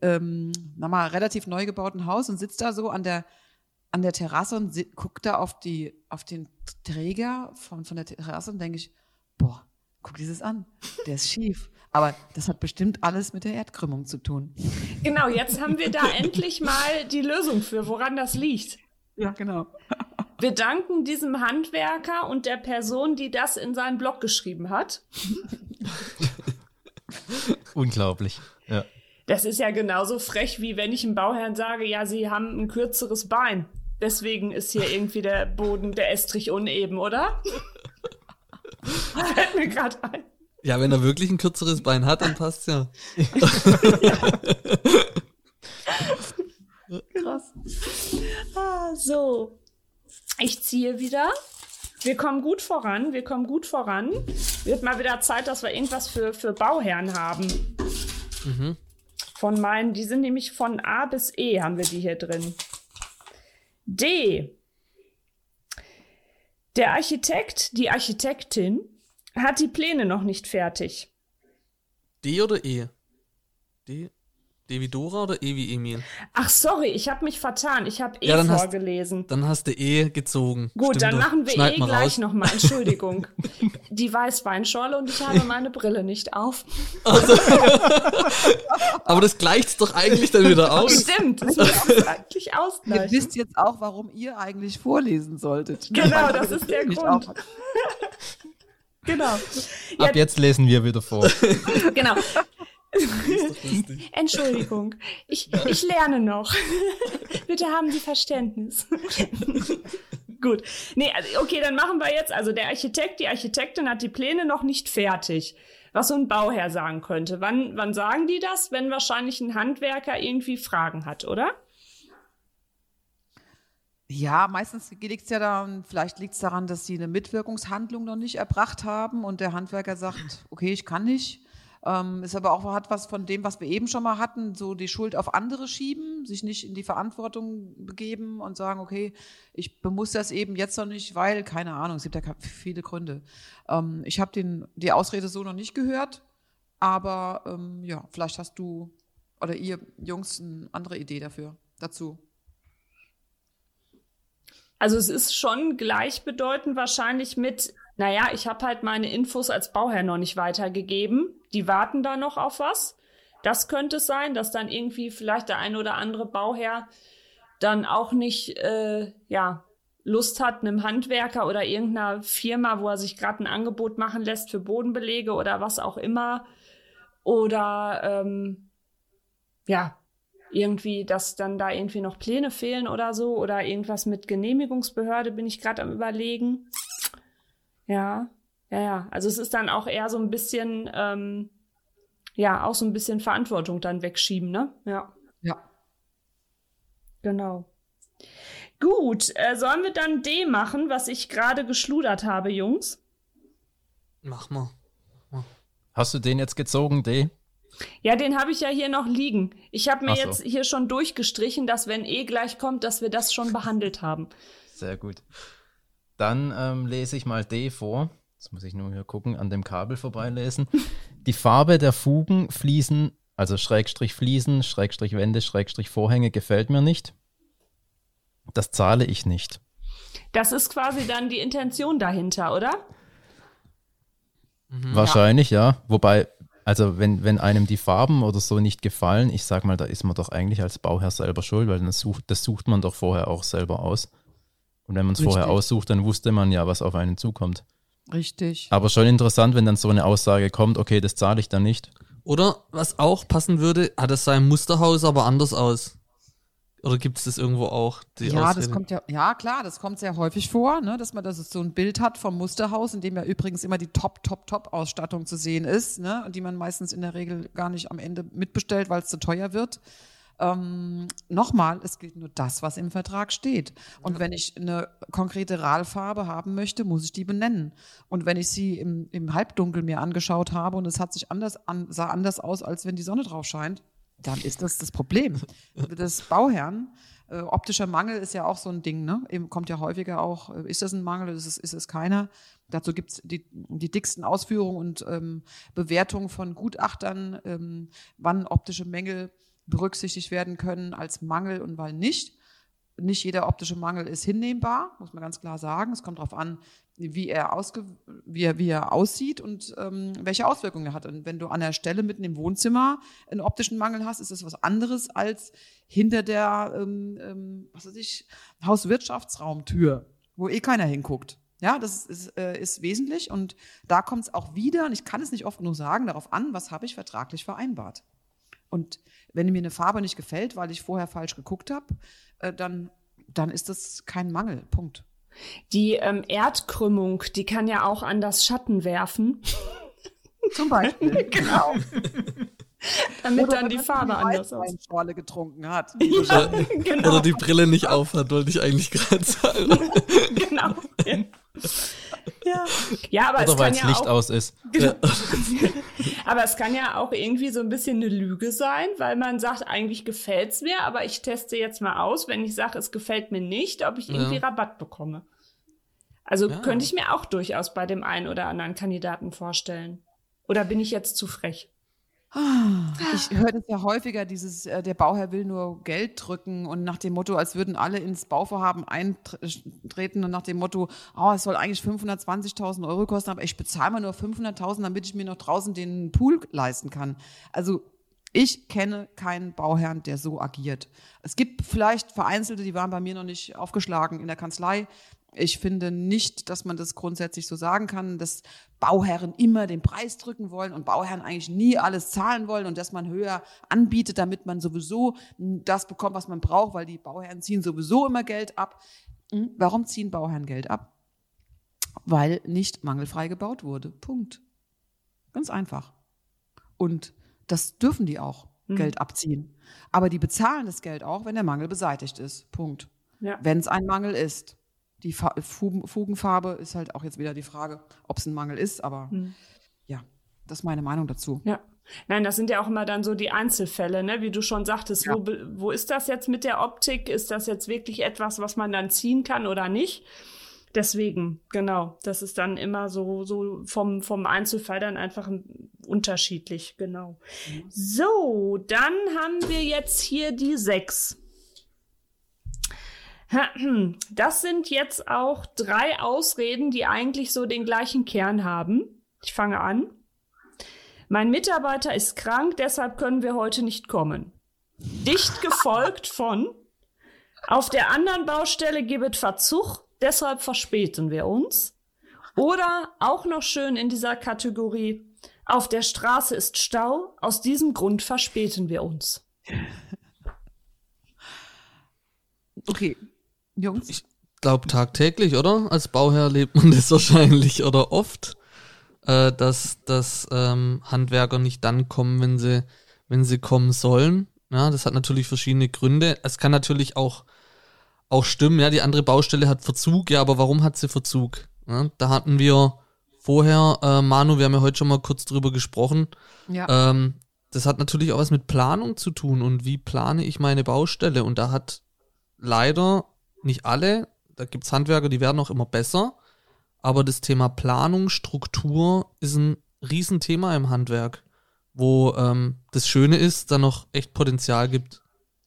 relativ neu gebauten Haus und sitze da so an der Terrasse und gucke da auf den Träger von der Terrasse und denke ich, boah, guck dieses an, der ist schief. Aber das hat bestimmt alles mit der Erdkrümmung zu tun. Genau, jetzt haben wir da endlich mal die Lösung für, woran das liegt. Ja, genau. Wir danken diesem Handwerker und der Person, die das in seinen Blog geschrieben hat. Unglaublich, ja. Das ist ja genauso frech, wie wenn ich einem Bauherrn sage, ja, sie haben ein kürzeres Bein. Deswegen ist hier irgendwie der Boden, der Estrich uneben, oder? Fällt mir gerade ein. Ja, wenn er wirklich ein kürzeres Bein hat, dann passt's ja. Krass. So. Ich ziehe wieder. Wir kommen gut voran. Wird mal wieder Zeit, dass wir irgendwas für Bauherren haben. Mhm. Die sind nämlich von A bis E, haben wir die hier drin. D. Der Architekt, die Architektin hat die Pläne noch nicht fertig. D oder E? D wie Dora oder E wie Emil? Ach, sorry, ich habe mich vertan. Ich habe E vorgelesen. Dann hast du E gezogen. Gut, Stimmt, dann machen wir E gleich nochmal. Entschuldigung. Die Weißweinschorle und ich habe meine Brille nicht auf. Also, aber das gleicht's doch eigentlich dann wieder aus. Stimmt, das muss eigentlich ausgleichen. Ihr wisst jetzt auch, warum ihr eigentlich vorlesen solltet. Genau, das ist der Grund. Genau. Ab jetzt lesen wir wieder vor. Genau. Entschuldigung, ich lerne noch. Bitte haben Sie Verständnis. Gut. Nee, okay, dann machen wir jetzt, also der Architekt, die Architektin hat die Pläne noch nicht fertig. Was so ein Bauherr sagen könnte. Wann sagen die das? Wenn wahrscheinlich ein Handwerker irgendwie Fragen hat, oder? Ja, meistens liegt es ja daran, vielleicht liegt es daran, dass sie eine Mitwirkungshandlung noch nicht erbracht haben und der Handwerker sagt, okay, ich kann nicht. Ist aber auch, hat was von dem, was wir eben schon mal hatten, so die Schuld auf andere schieben, sich nicht in die Verantwortung begeben und sagen, okay, ich bemuss das eben jetzt noch nicht, weil, keine Ahnung, es gibt ja viele Gründe. Ich habe die Ausrede so noch nicht gehört, aber vielleicht hast du oder ihr Jungs eine andere Idee dazu. Also es ist schon gleichbedeutend wahrscheinlich mit naja, ich habe halt meine Infos als Bauherr noch nicht weitergegeben. Die warten da noch auf was. Das könnte es sein, dass dann irgendwie vielleicht der ein oder andere Bauherr dann auch nicht Lust hat, einem Handwerker oder irgendeiner Firma, wo er sich gerade ein Angebot machen lässt für Bodenbelege oder was auch immer. Oder irgendwie, dass dann da irgendwie noch Pläne fehlen oder so. Oder irgendwas mit Genehmigungsbehörde bin ich gerade am Überlegen. Ja. Also es ist dann auch eher so ein bisschen, auch so ein bisschen Verantwortung dann wegschieben, ne? Ja. Genau. Gut, sollen wir dann D machen, was ich gerade geschludert habe, Jungs? Mach mal. Hast du den jetzt gezogen, D? Ja, den habe ich ja hier noch liegen. Ich habe mir jetzt hier schon durchgestrichen, dass wenn E gleich kommt, dass wir das schon behandelt haben. Sehr gut. Dann lese ich mal D vor. Jetzt muss ich nur hier gucken, an dem Kabel vorbeilesen. Die Farbe der Fugen, Fliesen, also Schrägstrich Fliesen, Schrägstrich Wände, Schrägstrich Vorhänge gefällt mir nicht. Das zahle ich nicht. Das ist quasi dann die Intention dahinter, oder? Wahrscheinlich, ja. Wobei, also wenn einem die Farben oder so nicht gefallen, ich sag mal, da ist man doch eigentlich als Bauherr selber schuld, weil das sucht man doch vorher auch selber aus. Und wenn man es vorher aussucht, dann wusste man ja, was auf einen zukommt. Richtig. Aber schon interessant, wenn dann so eine Aussage kommt, okay, das zahle ich dann nicht. Oder, was auch passen würde, hat es sein Musterhaus aber anders aus? Oder gibt es das irgendwo auch? Das kommt klar, das kommt sehr häufig vor, ne, dass man so ein Bild hat vom Musterhaus, in dem ja übrigens immer die Top-Ausstattung zu sehen ist, ne, und die man meistens in der Regel gar nicht am Ende mitbestellt, weil es zu teuer wird. Nochmal, es gilt nur das, was im Vertrag steht. Und wenn ich eine konkrete RAL-Farbe haben möchte, muss ich die benennen. Und wenn ich sie im Halbdunkel mir angeschaut habe und es hat sich sah anders aus, als wenn die Sonne drauf scheint, dann ist das Problem des Bauherrn. Optischer Mangel ist ja auch so ein Ding, ne? Eben kommt ja häufiger auch, ist das ein Mangel, ist es keiner? Dazu gibt es die dicksten Ausführungen und Bewertungen von Gutachtern, wann optische Mängel berücksichtigt werden können als Mangel und wann nicht. Nicht jeder optische Mangel ist hinnehmbar, muss man ganz klar sagen. Es kommt darauf an, wie er aussieht und welche Auswirkungen er hat. Und wenn du an der Stelle mitten im Wohnzimmer einen optischen Mangel hast, ist das was anderes als hinter der Hauswirtschaftsraumtür, wo keiner hinguckt. Ja, das ist wesentlich und da kommt es auch wieder, und ich kann es nicht oft genug sagen, darauf an, was habe ich vertraglich vereinbart. Und wenn mir eine Farbe nicht gefällt, weil ich vorher falsch geguckt habe, dann ist das kein Mangel. Punkt. Die Erdkrümmung, die kann ja auch an das Schatten werfen. Zum Beispiel. Genau. Damit oder dann die Farbe anders aussieht. Wenn man Schorle getrunken hat. Ja, genau. Oder die Brille nicht aufhat, wollte ich eigentlich gerade sagen. Genau. Ja, aber oder weil es das kann Licht ja auch, aus ist. Genau. Aber es kann ja auch irgendwie so ein bisschen eine Lüge sein, weil man sagt, eigentlich gefällt's mir, aber ich teste jetzt mal aus, wenn ich sage, es gefällt mir nicht, ob ich irgendwie Rabatt bekomme. Also könnte ich mir auch durchaus bei dem einen oder anderen Kandidaten vorstellen. Oder bin ich jetzt zu frech? Ich höre das ja häufiger, der Bauherr will nur Geld drücken und nach dem Motto, als würden alle ins Bauvorhaben eintreten und nach dem Motto, es soll eigentlich 520.000 Euro kosten, aber ich bezahle mal nur 500.000, damit ich mir noch draußen den Pool leisten kann. Also ich kenne keinen Bauherrn, der so agiert. Es gibt vielleicht Vereinzelte, die waren bei mir noch nicht aufgeschlagen in der Kanzlei. Ich finde nicht, dass man das grundsätzlich so sagen kann, dass Bauherren immer den Preis drücken wollen und Bauherren eigentlich nie alles zahlen wollen und dass man höher anbietet, damit man sowieso das bekommt, was man braucht, weil die Bauherren ziehen sowieso immer Geld ab. Warum ziehen Bauherren Geld ab? Weil nicht mangelfrei gebaut wurde. Punkt. Ganz einfach. Und das dürfen die auch, Geld abziehen. Aber die bezahlen das Geld auch, wenn der Mangel beseitigt ist. Punkt. Ja. Wenn es ein Mangel ist. Die Fugenfarbe ist halt auch jetzt wieder die Frage, ob es ein Mangel ist, aber ja, das ist meine Meinung dazu. Ja. Nein, das sind ja auch immer dann so die Einzelfälle, ne? Wie du schon sagtest, wo ist das jetzt mit der Optik? Ist das jetzt wirklich etwas, was man dann ziehen kann oder nicht? Deswegen, genau, das ist dann immer so vom Einzelfall dann einfach unterschiedlich, genau. So, dann haben wir jetzt hier die 6. Das sind jetzt auch 3 Ausreden, die eigentlich so den gleichen Kern haben. Ich fange an. Mein Mitarbeiter ist krank, deshalb können wir heute nicht kommen. Dicht gefolgt von: Auf der anderen Baustelle gibt es Verzug, deshalb verspäten wir uns. Oder auch noch schön in dieser Kategorie: Auf der Straße ist Stau, aus diesem Grund verspäten wir uns. Okay, Jungs. Ich glaube tagtäglich, oder? Als Bauherr erlebt man das wahrscheinlich oder oft, dass Handwerker nicht dann kommen, wenn sie kommen sollen. Ja, das hat natürlich verschiedene Gründe. Es kann natürlich auch stimmen, ja, die andere Baustelle hat Verzug, ja, aber warum hat sie Verzug? Ja, da hatten wir vorher, Manu, wir haben ja heute schon mal kurz drüber gesprochen. Ja. Das hat natürlich auch was mit Planung zu tun und wie plane ich meine Baustelle. Und da hat leider nicht alle, da gibt es Handwerker, die werden auch immer besser, aber das Thema Planung, Struktur ist ein Riesenthema im Handwerk, wo das Schöne ist, da noch echt Potenzial gibt.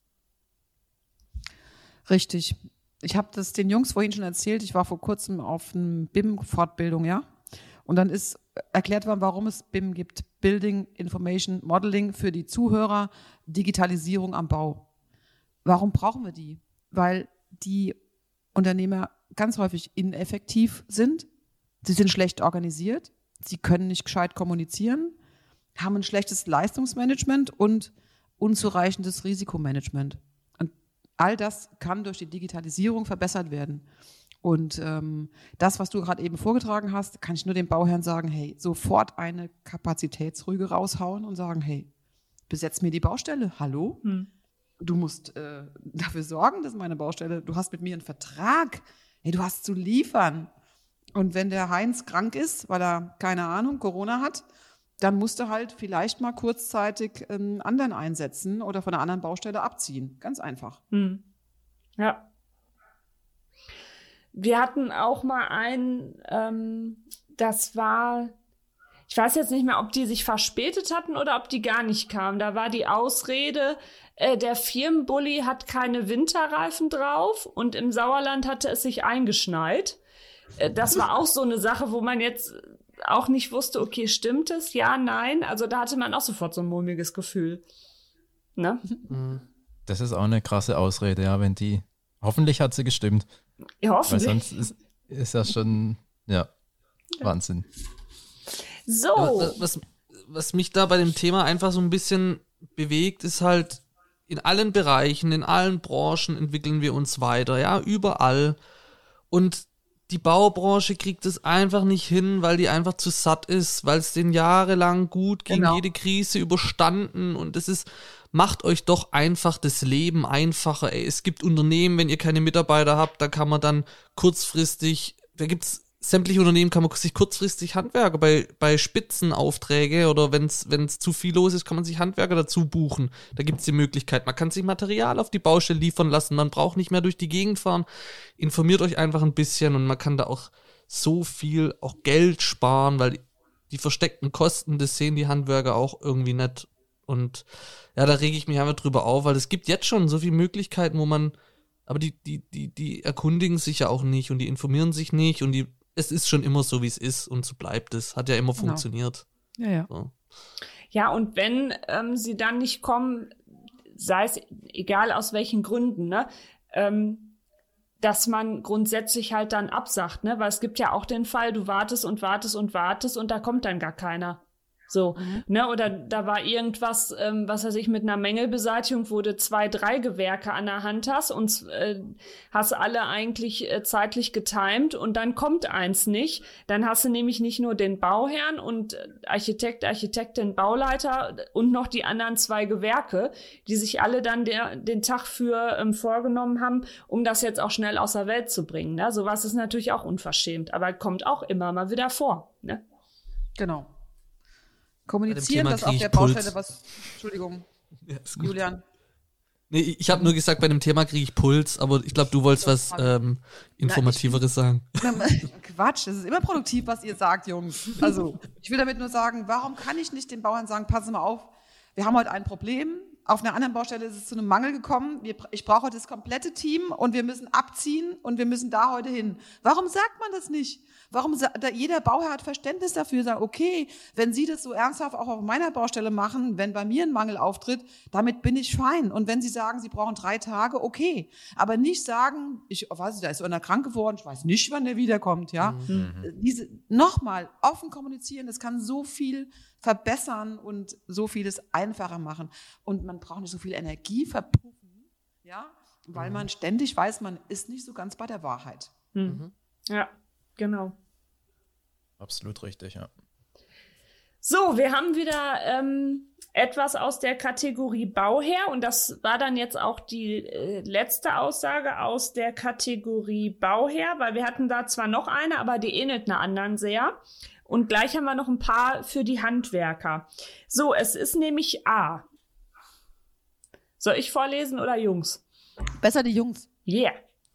Richtig. Ich habe das den Jungs vorhin schon erzählt. Ich war vor kurzem auf einer BIM-Fortbildung, ja. Und dann ist erklärt worden, warum es BIM gibt. Building Information Modeling für die Zuhörer, Digitalisierung am Bau. Warum brauchen wir die? Weil die Unternehmer ganz häufig ineffektiv sind. Sie sind schlecht organisiert. Sie können nicht gescheit kommunizieren, haben ein schlechtes Leistungsmanagement und unzureichendes Risikomanagement. Und all das kann durch die Digitalisierung verbessert werden. Und das, was du gerade eben vorgetragen hast, kann ich nur dem Bauherrn sagen, hey, sofort eine Kapazitätsrüge raushauen und sagen, hey, besetz mir die Baustelle, hallo? Du musst dafür sorgen, dass meine Baustelle, du hast mit mir einen Vertrag, hey, du hast zu liefern. Und wenn der Heinz krank ist, weil er, keine Ahnung, Corona hat, dann musst du halt vielleicht mal kurzzeitig einen anderen einsetzen oder von einer anderen Baustelle abziehen. Ganz einfach. Ja. Wir hatten auch mal einen, das war, ich weiß jetzt nicht mehr, ob die sich verspätet hatten oder ob die gar nicht kamen. Da war die Ausrede, der Firmenbully hat keine Winterreifen drauf und im Sauerland hatte es sich eingeschneit. Das war auch so eine Sache, wo man jetzt auch nicht wusste, okay, stimmt es? Ja, nein. Also da hatte man auch sofort so ein mulmiges Gefühl. Ne? Das ist auch eine krasse Ausrede, ja, wenn die, hoffentlich hat sie gestimmt. Ja, hoffentlich. Weil sonst ist das schon, ja, Wahnsinn. So. Was mich da bei dem Thema einfach so ein bisschen bewegt, ist halt, in allen Bereichen, in allen Branchen entwickeln wir uns weiter, ja, überall. Und die Baubranche kriegt es einfach nicht hin, weil die einfach zu satt ist, weil es denen jahrelang gut ging, jede Krise überstanden und es ist, macht euch doch einfach das Leben einfacher. Ey, es gibt Unternehmen, wenn ihr keine Mitarbeiter habt, da kann man dann kurzfristig, da gibt's sämtliche Unternehmen, kann man sich kurzfristig Handwerker bei Spitzenaufträge oder wenn es zu viel los ist, kann man sich Handwerker dazu buchen. Da gibt es die Möglichkeit. Man kann sich Material auf die Baustelle liefern lassen, man braucht nicht mehr durch die Gegend fahren. Informiert euch einfach ein bisschen und man kann da auch so viel auch Geld sparen, weil die versteckten Kosten, das sehen die Handwerker auch irgendwie nicht. Und ja, da rege ich mich einfach drüber auf, weil es gibt jetzt schon so viele Möglichkeiten, wo man, aber die erkundigen sich ja auch nicht und die informieren sich nicht und es ist schon immer so, wie es ist und so bleibt es. Hat ja immer funktioniert. Ja. So. Ja, und wenn sie dann nicht kommen, sei es egal aus welchen Gründen, ne, dass man grundsätzlich halt dann absagt, ne, weil es gibt ja auch den Fall, du wartest und wartest und wartest und da kommt dann gar keiner. So, ne, oder da war irgendwas, was weiß ich, mit einer Mängelbeseitigung, wo du 2, 3 Gewerke an der Hand hast und hast alle eigentlich zeitlich getimed und dann kommt eins nicht. Dann hast du nämlich nicht nur den Bauherrn und Architekt, Architektin, Bauleiter und noch die anderen 2 Gewerke, die sich alle dann den Tag für vorgenommen haben, um das jetzt auch schnell aus der Welt zu bringen. Ne? Sowas ist natürlich auch unverschämt, aber kommt auch immer mal wieder vor. Ne? Genau. Kommunizieren, dass auf der Baustelle was. Entschuldigung, ja, Julian. Nee, ich habe nur gesagt, bei dem Thema kriege ich Puls, aber ich glaube, du wolltest was Informativeres sagen. Quatsch, das ist immer produktiv, was ihr sagt, Jungs. Also, ich will damit nur sagen, warum kann ich nicht den Bauern sagen, passen mal auf, wir haben heute ein Problem, auf einer anderen Baustelle ist es zu einem Mangel gekommen, ich brauche das komplette Team und wir müssen abziehen und wir müssen da heute hin. Warum sagt man das nicht? Warum jeder Bauherr hat Verständnis dafür, sagt, okay, wenn Sie das so ernsthaft auch auf meiner Baustelle machen, wenn bei mir ein Mangel auftritt, damit bin ich fein. Und wenn Sie sagen, Sie brauchen 3 Tage, okay. Aber nicht sagen, da ist einer krank geworden, ich weiß nicht, wann der wiederkommt, ja. Nochmal, offen kommunizieren, das kann so viel verbessern und so vieles einfacher machen. Und man braucht nicht so viel Energie verpuffen, ja, weil man ständig weiß, man ist nicht so ganz bei der Wahrheit. Ja, genau. Absolut richtig, ja. So, wir haben wieder etwas aus der Kategorie Bauherr und das war dann jetzt auch die letzte Aussage aus der Kategorie Bauherr, weil wir hatten da zwar noch eine, aber die ähnelt einer anderen sehr. Und gleich haben wir noch ein paar für die Handwerker. So, es ist nämlich A. Soll ich vorlesen oder Jungs? Besser die Jungs. Yeah.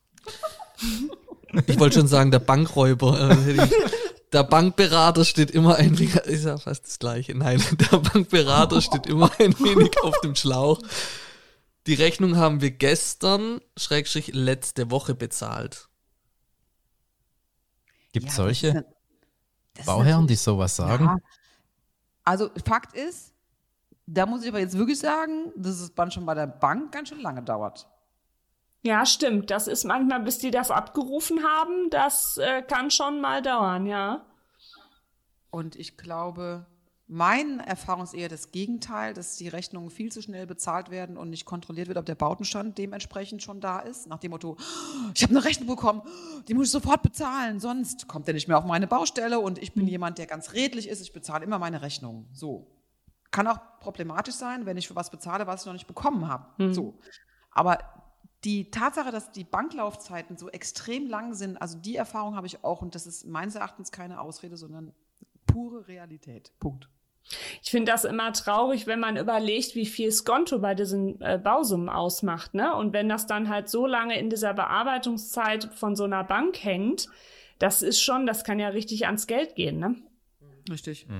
Ich wollte schon sagen, der Bankräuber. Der Bankberater steht immer ein wenig, ist ja fast das Gleiche. Nein, der Bankberater steht immer ein wenig auf dem Schlauch. Die Rechnung haben wir gestern, / letzte Woche bezahlt. Gibt es solche Bauherren, die sowas sagen? Ja. Also Fakt ist, da muss ich aber jetzt wirklich sagen, dass es schon bei der Bank ganz schön lange dauert. Ja, stimmt. Das ist manchmal, bis die das abgerufen haben, das kann schon mal dauern, ja. Und ich glaube, meine Erfahrung ist eher das Gegenteil, dass die Rechnungen viel zu schnell bezahlt werden und nicht kontrolliert wird, ob der Bautenstand dementsprechend schon da ist. Nach dem Motto, ich habe eine Rechnung bekommen, die muss ich sofort bezahlen, sonst kommt er nicht mehr auf meine Baustelle und ich bin jemand, der ganz redlich ist, ich bezahle immer meine Rechnungen. So. Kann auch problematisch sein, wenn ich für was bezahle, was ich noch nicht bekommen habe. So. Aber die Tatsache, dass die Banklaufzeiten so extrem lang sind, also die Erfahrung habe ich auch und das ist meines Erachtens keine Ausrede, sondern pure Realität. Punkt. Ich finde das immer traurig, wenn man überlegt, wie viel Skonto bei diesen Bausummen ausmacht, ne? Und wenn das dann halt so lange in dieser Bearbeitungszeit von so einer Bank hängt, das kann ja richtig ans Geld gehen, ne? Richtig.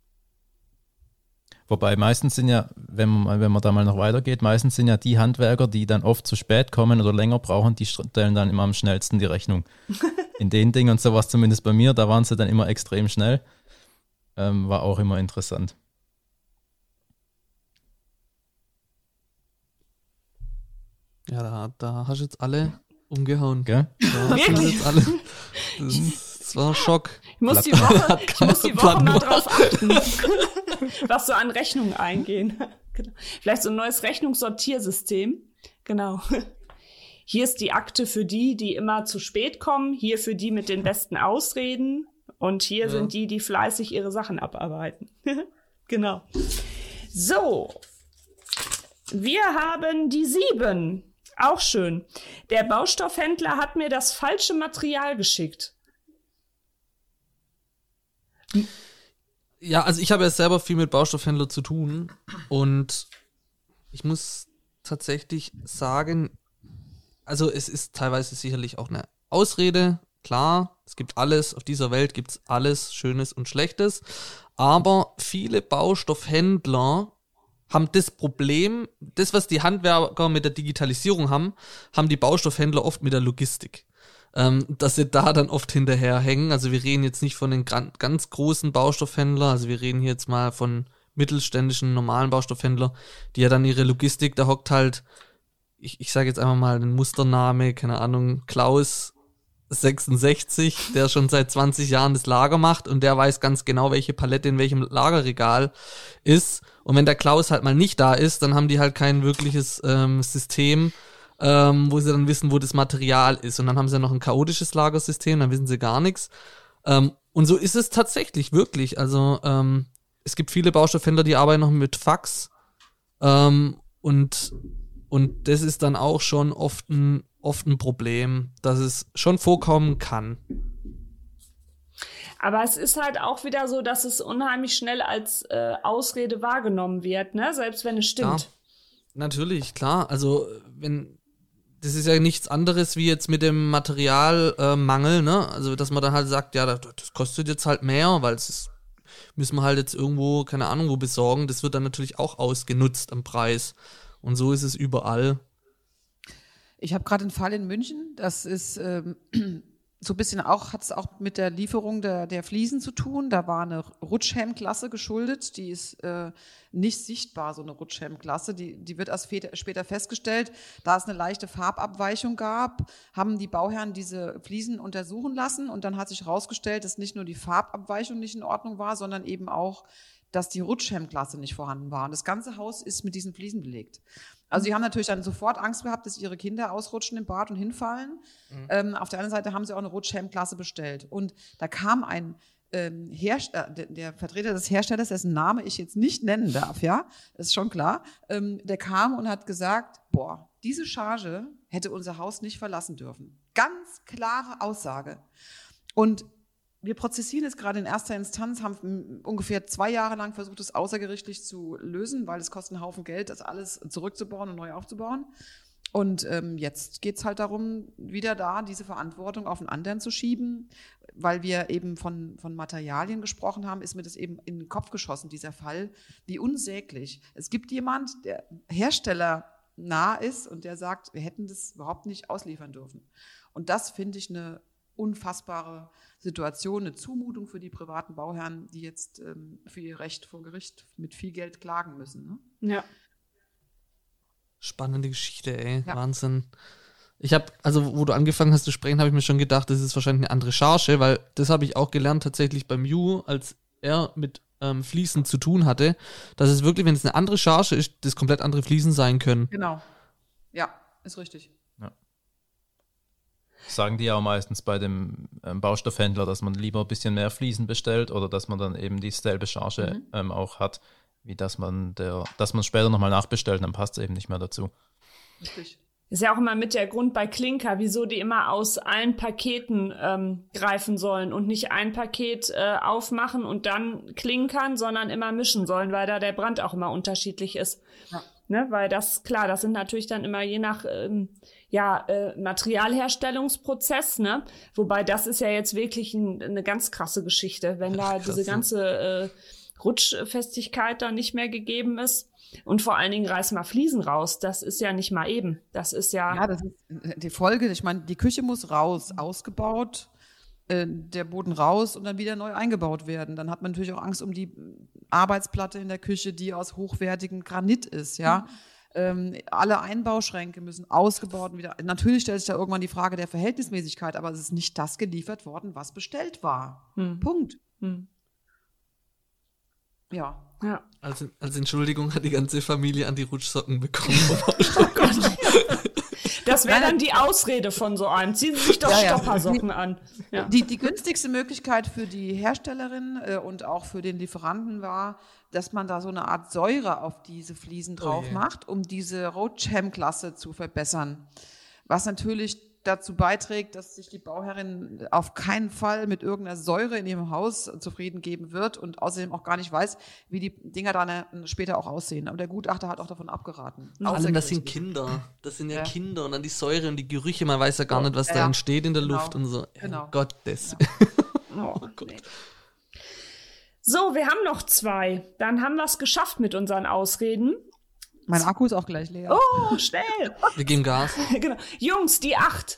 Wobei meistens sind ja, wenn man da mal noch weitergeht, meistens sind ja die Handwerker, die dann oft zu spät kommen oder länger brauchen, die stellen dann immer am schnellsten die Rechnung. In den Dingen und sowas, zumindest bei mir, da waren sie dann immer extrem schnell. War auch immer interessant. Ja, da hast du jetzt alle umgehauen. Gell? Da hast du jetzt alle. Das war ein Schock. Ich muss die Woche mal drauf achten, was so an Rechnungen eingehen. Genau. Vielleicht so ein neues Rechnungssortiersystem. Genau. Hier ist die Akte für die, die immer zu spät kommen. Hier für die mit den besten Ausreden. Und hier sind die fleißig ihre Sachen abarbeiten. Genau. So. Wir haben die 7. Auch schön. Der Baustoffhändler hat mir das falsche Material geschickt. Ja, also ich habe ja selber viel mit Baustoffhändlern zu tun und ich muss tatsächlich sagen, also es ist teilweise sicherlich auch eine Ausrede, klar, es gibt alles, auf dieser Welt gibt es alles Schönes und Schlechtes, aber viele Baustoffhändler haben das Problem, das, was die Handwerker mit der Digitalisierung haben die Baustoffhändler oft mit der Logistik. Dass sie da dann oft hinterherhängen. Also wir reden jetzt nicht von den ganz großen Baustoffhändlern, also wir reden hier jetzt mal von mittelständischen, normalen Baustoffhändlern, die ja dann ihre Logistik, da hockt halt, ich sage jetzt einfach mal den Mustername, keine Ahnung, Klaus 66, der schon seit 20 Jahren das Lager macht und der weiß ganz genau, welche Palette in welchem Lagerregal ist. Und wenn der Klaus halt mal nicht da ist, dann haben die halt kein wirkliches System, wo sie dann wissen, wo das Material ist. Und dann haben sie noch ein chaotisches Lagersystem, dann wissen sie gar nichts. Und so ist es tatsächlich, wirklich. Also es gibt viele Baustoffhändler, die arbeiten noch mit Fax. Und das ist dann auch schon oft ein Problem, dass es schon vorkommen kann. Aber es ist halt auch wieder so, dass es unheimlich schnell als Ausrede wahrgenommen wird, ne? Selbst wenn es stimmt. Ja, natürlich, klar. Also das ist ja nichts anderes wie jetzt mit dem Materialmangel, ne? Also dass man dann halt sagt, ja, das kostet jetzt halt mehr, weil müssen wir halt jetzt irgendwo, keine Ahnung, wo besorgen. Das wird dann natürlich auch ausgenutzt am Preis. Und so ist es überall. Ich habe gerade einen Fall in München, das ist so ein bisschen auch, hat es auch mit der Lieferung der Fliesen zu tun. Da war eine Rutschhemmklasse geschuldet, die ist nicht sichtbar, so eine Rutschhemmklasse. Die wird erst später festgestellt. Da es eine leichte Farbabweichung gab, haben die Bauherren diese Fliesen untersuchen lassen und dann hat sich herausgestellt, dass nicht nur die Farbabweichung nicht in Ordnung war, sondern eben auch, dass die Rutschhemmklasse nicht vorhanden war. Und das ganze Haus ist mit diesen Fliesen belegt. Also die haben natürlich dann sofort Angst gehabt, dass ihre Kinder ausrutschen im Bad und hinfallen. Auf der anderen Seite haben sie auch eine Rutschhemmklasse bestellt. Und da kam ein der Vertreter des Herstellers, dessen Name ich jetzt nicht nennen darf, ja, ist schon klar, der kam und hat gesagt, boah, diese Charge hätte unser Haus nicht verlassen dürfen. Ganz klare Aussage. Und wir prozessieren es gerade in erster Instanz, haben ungefähr 2 Jahre lang versucht, es außergerichtlich zu lösen, weil es kostet einen Haufen Geld, das alles zurückzubauen und neu aufzubauen. Und jetzt geht es halt darum, wieder da diese Verantwortung auf den anderen zu schieben, weil wir eben von Materialien gesprochen haben, ist mir das eben in den Kopf geschossen, dieser Fall, wie unsäglich. Es gibt jemand, der herstellernah ist und der sagt, wir hätten das überhaupt nicht ausliefern dürfen. Und das finde ich eine unfassbare Situation, eine Zumutung für die privaten Bauherren, die jetzt für ihr Recht vor Gericht mit viel Geld klagen müssen. Ne? Ja. Spannende Geschichte, ey. Ja. Wahnsinn. Ich habe, also wo du angefangen hast zu sprechen, habe ich mir schon gedacht, das ist wahrscheinlich eine andere Charge, weil das habe ich auch gelernt tatsächlich beim Ju, als er mit Fliesen zu tun hatte, dass es wirklich, wenn es eine andere Charge ist, das komplett andere Fliesen sein können. Genau. Ja, ist richtig. Sagen die ja auch meistens bei dem Baustoffhändler, dass man lieber ein bisschen mehr Fliesen bestellt oder dass man dann eben dieselbe Charge auch hat, wie dass man später nochmal nachbestellt, dann passt es eben nicht mehr dazu. Richtig. Ist ja auch immer mit der Grund bei Klinker, wieso die immer aus allen Paketen greifen sollen und nicht ein Paket aufmachen und dann klinkern, sondern immer mischen sollen, weil da der Brand auch immer unterschiedlich ist. Ja. Ne, weil das sind natürlich dann immer je nach Materialherstellungsprozess, ne? Wobei das ist ja jetzt wirklich eine ganz krasse Geschichte, wenn da diese ganze Rutschfestigkeit da nicht mehr gegeben ist. Und vor allen Dingen reiß mal Fliesen raus. Das ist ja nicht mal eben. Das ist ja... Ja, das ist die Folge. Ich meine, die Küche muss raus, ausgebaut, der Boden raus und dann wieder neu eingebaut werden. Dann hat man natürlich auch Angst um die Arbeitsplatte in der Küche, die aus hochwertigem Granit ist, ja. Alle Einbauschränke müssen ausgebaut und wieder. Natürlich stellt sich da irgendwann die Frage der Verhältnismäßigkeit, aber es ist nicht das geliefert worden, was bestellt war. Punkt. Ja. Als Entschuldigung hat die ganze Familie an die Rutschsocken bekommen. Oh Gott. Das wäre dann die Ausrede von so einem. Ziehen Sie sich doch Stoppersocken an. Ja. Die günstigste Möglichkeit für die Herstellerin und auch für den Lieferanten war, dass man da so eine Art Säure auf diese Fliesen drauf macht, um diese Rutschhemmklasse zu verbessern. Was natürlich dazu beiträgt, dass sich die Bauherrin auf keinen Fall mit irgendeiner Säure in ihrem Haus zufrieden geben wird und außerdem auch gar nicht weiß, wie die Dinger dann später auch aussehen. Aber der Gutachter hat auch davon abgeraten. Vor allem, das sind Kinder. Das sind ja Kinder und dann die Säure und die Gerüche. Man weiß ja gar nicht, was da entsteht in der Luft und so. Genau. Gottes. Ja. Oh Gott. Nee. So, wir haben noch 2. Dann haben wir es geschafft mit unseren Ausreden. Mein Akku ist auch gleich leer. Oh, schnell. Wir geben Gas. Genau. Jungs, die 8.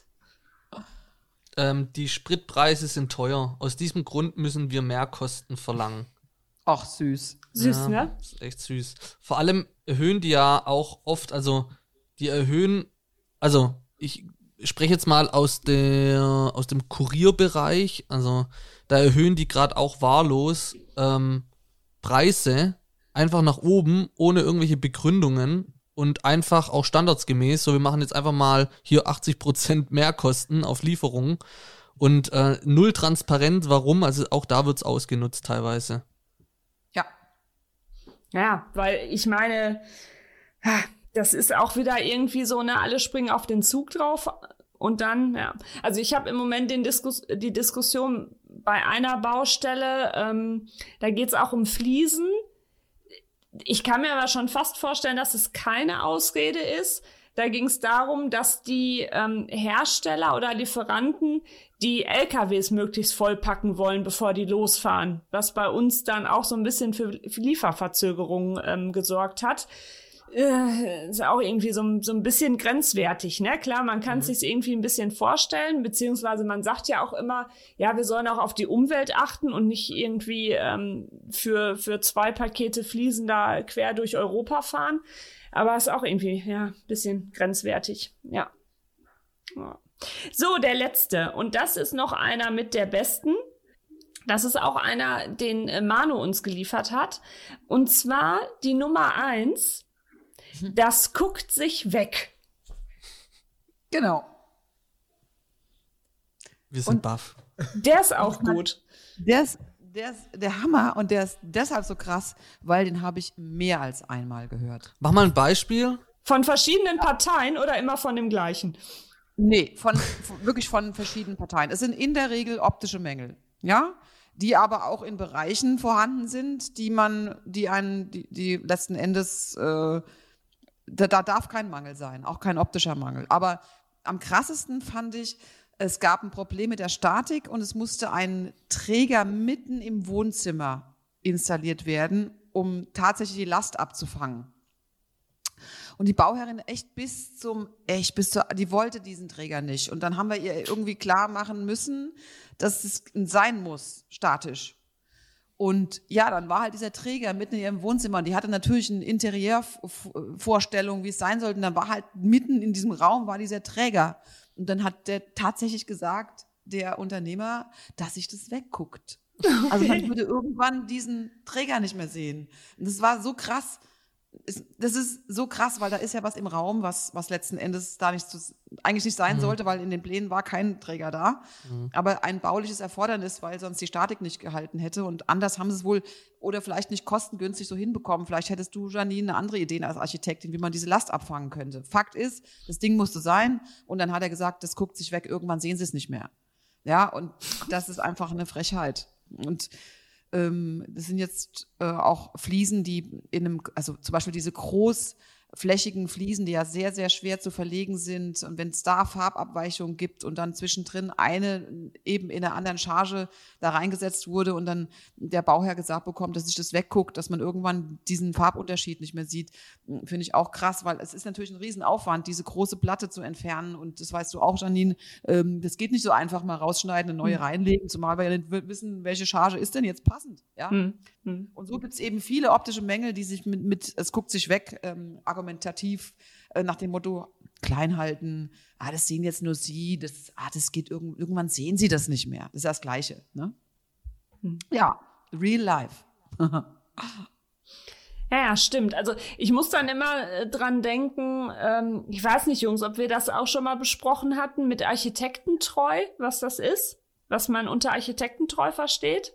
Die Spritpreise sind teuer. Aus diesem Grund müssen wir Mehrkosten verlangen. Ach, süß. Süß, ne? Ist echt süß. Vor allem erhöhen die ja auch oft, also die erhöhen, also ich spreche jetzt mal aus dem Kurierbereich, also da erhöhen die gerade auch wahllos Preise einfach nach oben, ohne irgendwelche Begründungen und einfach auch standardsgemäß. So, wir machen jetzt einfach mal hier 80% Mehrkosten auf Lieferungen und null transparent, warum. Also auch da wird's ausgenutzt teilweise. Ja, weil ich meine, das ist auch wieder irgendwie so, ne, alle springen auf den Zug drauf und dann, ja. Also ich habe im Moment die Diskussion bei einer Baustelle, da geht's auch um Fliesen. Ich kann mir aber schon fast vorstellen, dass es keine Ausrede ist. Da ging es darum, dass die Hersteller oder Lieferanten die LKWs möglichst vollpacken wollen, bevor die losfahren. Was bei uns dann auch so ein bisschen für Lieferverzögerungen gesorgt hat. ist auch irgendwie so ein bisschen grenzwertig, ne? Klar, man kann es sich irgendwie ein bisschen vorstellen, beziehungsweise man sagt ja auch immer, ja, wir sollen auch auf die Umwelt achten und nicht irgendwie für 2 Pakete Fliesen da quer durch Europa fahren. Aber ist auch irgendwie, ja, ein bisschen grenzwertig, ja. So, der letzte. Und das ist noch einer mit der besten. Das ist auch einer, den Manu uns geliefert hat. Und zwar die Nummer 1. Das guckt sich weg. Genau. Wir sind baff. Der ist auch gut. Der ist der Hammer und der ist deshalb so krass, weil den habe ich mehr als einmal gehört. Mach mal ein Beispiel. Von verschiedenen Parteien oder immer von dem gleichen? Nee, wirklich von verschiedenen Parteien. Es sind in der Regel optische Mängel, ja, die aber auch in Bereichen vorhanden sind, die letzten Endes, da darf kein Mangel sein, auch kein optischer Mangel. Aber am krassesten fand ich, es gab ein Problem mit der Statik und es musste ein Träger mitten im Wohnzimmer installiert werden, um tatsächlich die Last abzufangen. Und die Bauherrin die wollte diesen Träger nicht. Und dann haben wir ihr irgendwie klar machen müssen, dass es sein muss, statisch. Und ja, dann war halt dieser Träger mitten in ihrem Wohnzimmer und die hatte natürlich eine Interieurvorstellung, wie es sein sollte. Und dann war halt mitten in diesem Raum war dieser Träger. Und dann hat der tatsächlich gesagt, der Unternehmer, dass sich das wegguckt. Okay. Also man würde irgendwann diesen Träger nicht mehr sehen. Und das war so krass. Das ist so krass, weil da ist ja was im Raum, was letzten Endes da eigentlich nicht sein sollte, weil in den Plänen war kein Träger da. Aber ein bauliches Erfordernis, weil sonst die Statik nicht gehalten hätte. Und anders haben sie es wohl oder vielleicht nicht kostengünstig so hinbekommen. Vielleicht hättest du, Janine, eine andere Idee als Architektin, wie man diese Last abfangen könnte. Fakt ist, das Ding musste sein. Und dann hat er gesagt, das guckt sich weg, irgendwann sehen sie es nicht mehr. Ja, und das ist einfach eine Frechheit. Und das sind jetzt auch Fliesen, die also zum Beispiel diese großflächigen Fliesen, die ja sehr, sehr schwer zu verlegen sind. Und wenn es da Farbabweichungen gibt und dann zwischendrin eine eben in einer anderen Charge da reingesetzt wurde und dann der Bauherr gesagt bekommt, dass sich das wegguckt, dass man irgendwann diesen Farbunterschied nicht mehr sieht, finde ich auch krass, weil es ist natürlich ein Riesenaufwand, diese große Platte zu entfernen. Und das weißt du auch, Janine, das geht nicht so einfach mal rausschneiden, eine neue reinlegen, zumal wir ja nicht wissen, welche Charge ist denn jetzt passend. Ja? Und so gibt es eben viele optische Mängel, die sich mit es guckt sich weg, argumentativ nach dem Motto klein halten, das sehen jetzt nur Sie, das geht irgendwann sehen Sie das nicht mehr. Das ist das Gleiche. Ne? Ja, real life. Ja, stimmt. Also ich muss dann immer dran denken, ich weiß nicht, Jungs, ob wir das auch schon mal besprochen hatten mit Architektentreu, was das ist, was man unter Architektentreu versteht.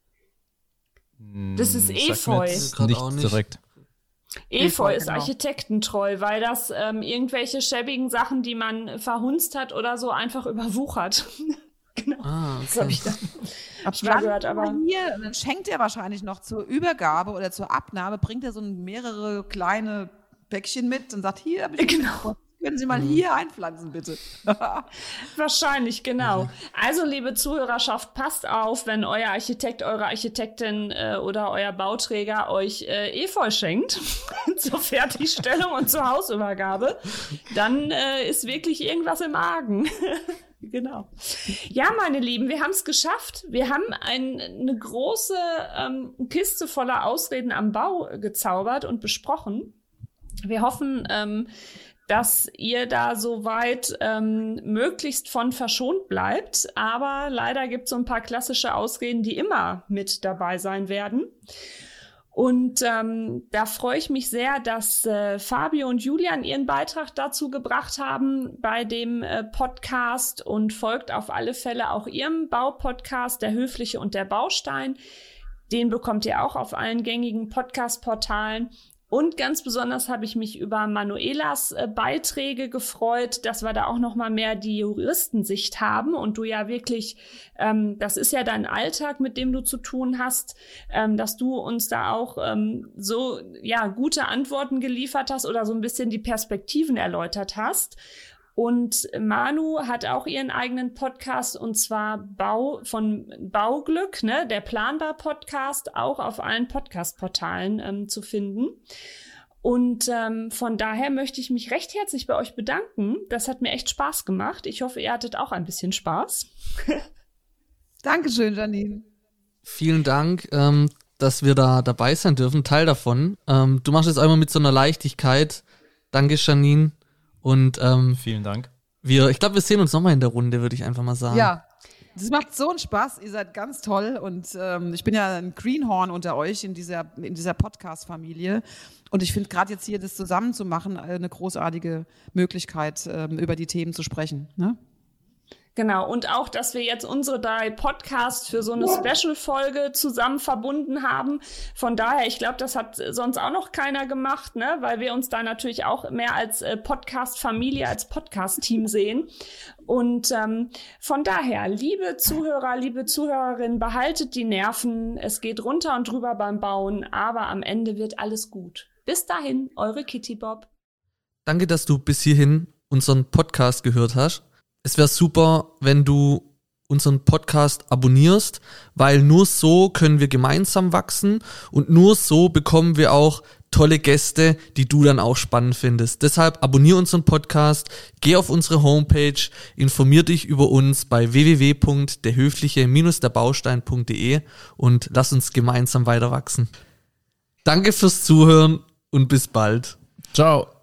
Das ist Efeu. Nicht direkt. Efeu ist architektentreu, weil das irgendwelche schäbigen Sachen, die man verhunzt hat oder so, einfach überwuchert. Genau. Okay. Das habe ich da gehört. Aber hier, dann schenkt er wahrscheinlich noch zur Übergabe oder zur Abnahme, bringt er so mehrere kleine Päckchen mit und sagt, hier habe ich genau. Können Sie mal hier einpflanzen, bitte. Wahrscheinlich, genau. Also, liebe Zuhörerschaft, passt auf, wenn euer Architekt, eure Architektin oder euer Bauträger euch Efeu schenkt zur Fertigstellung und zur Hausübergabe, dann ist wirklich irgendwas im Argen. Genau. Ja, meine Lieben, wir haben es geschafft. Wir haben eine große Kiste voller Ausreden am Bau gezaubert und besprochen. Wir hoffen, dass ihr da soweit möglichst von verschont bleibt. Aber leider gibt es so ein paar klassische Ausreden, die immer mit dabei sein werden. Und da freue ich mich sehr, dass Fabio und Julian ihren Beitrag dazu gebracht haben bei dem Podcast und folgt auf alle Fälle auch ihrem Baupodcast, der Höfliche und der Baustein. Den bekommt ihr auch auf allen gängigen Podcast-Portalen. Und ganz besonders habe ich mich über Manuelas Beiträge gefreut, dass wir da auch noch mal mehr die Juristensicht haben und du ja wirklich, das ist ja dein Alltag, mit dem du zu tun hast, dass du uns da auch so ja gute Antworten geliefert hast oder so ein bisschen die Perspektiven erläutert hast. Und Manu hat auch ihren eigenen Podcast, und zwar Bauglück, ne, der Planbar-Podcast, auch auf allen Podcast-Portalen zu finden. Und von daher möchte ich mich recht herzlich bei euch bedanken. Das hat mir echt Spaß gemacht. Ich hoffe, ihr hattet auch ein bisschen Spaß. Dankeschön, Janine. Vielen Dank, dass wir da dabei sein dürfen, Teil davon. Du machst es auch immer mit so einer Leichtigkeit. Danke, Janine. Und vielen Dank. Ich glaube, wir sehen uns nochmal in der Runde, würde ich einfach mal sagen. Ja, das macht so einen Spaß. Ihr seid ganz toll. Und ich bin ja ein Greenhorn unter euch in dieser Podcast-Familie. Und ich finde gerade jetzt hier das zusammen zu machen eine großartige Möglichkeit, über die Themen zu sprechen. Ne? Genau, und auch, dass wir jetzt unsere 3 Podcasts für so eine Special-Folge zusammen verbunden haben. Von daher, ich glaube, das hat sonst auch noch keiner gemacht, ne? Weil wir uns da natürlich auch mehr als Podcast-Familie, als Podcast-Team sehen. Und von daher, liebe Zuhörer, liebe Zuhörerinnen, behaltet die Nerven. Es geht runter und drüber beim Bauen, aber am Ende wird alles gut. Bis dahin, eure Kitty Bob. Danke, dass du bis hierhin unseren Podcast gehört hast. Es wäre super, wenn du unseren Podcast abonnierst, weil nur so können wir gemeinsam wachsen und nur so bekommen wir auch tolle Gäste, die du dann auch spannend findest. Deshalb abonniere unseren Podcast, geh auf unsere Homepage, informier dich über uns bei www.derhöfliche-derbaustein.de und lass uns gemeinsam weiter wachsen. Danke fürs Zuhören und bis bald. Ciao.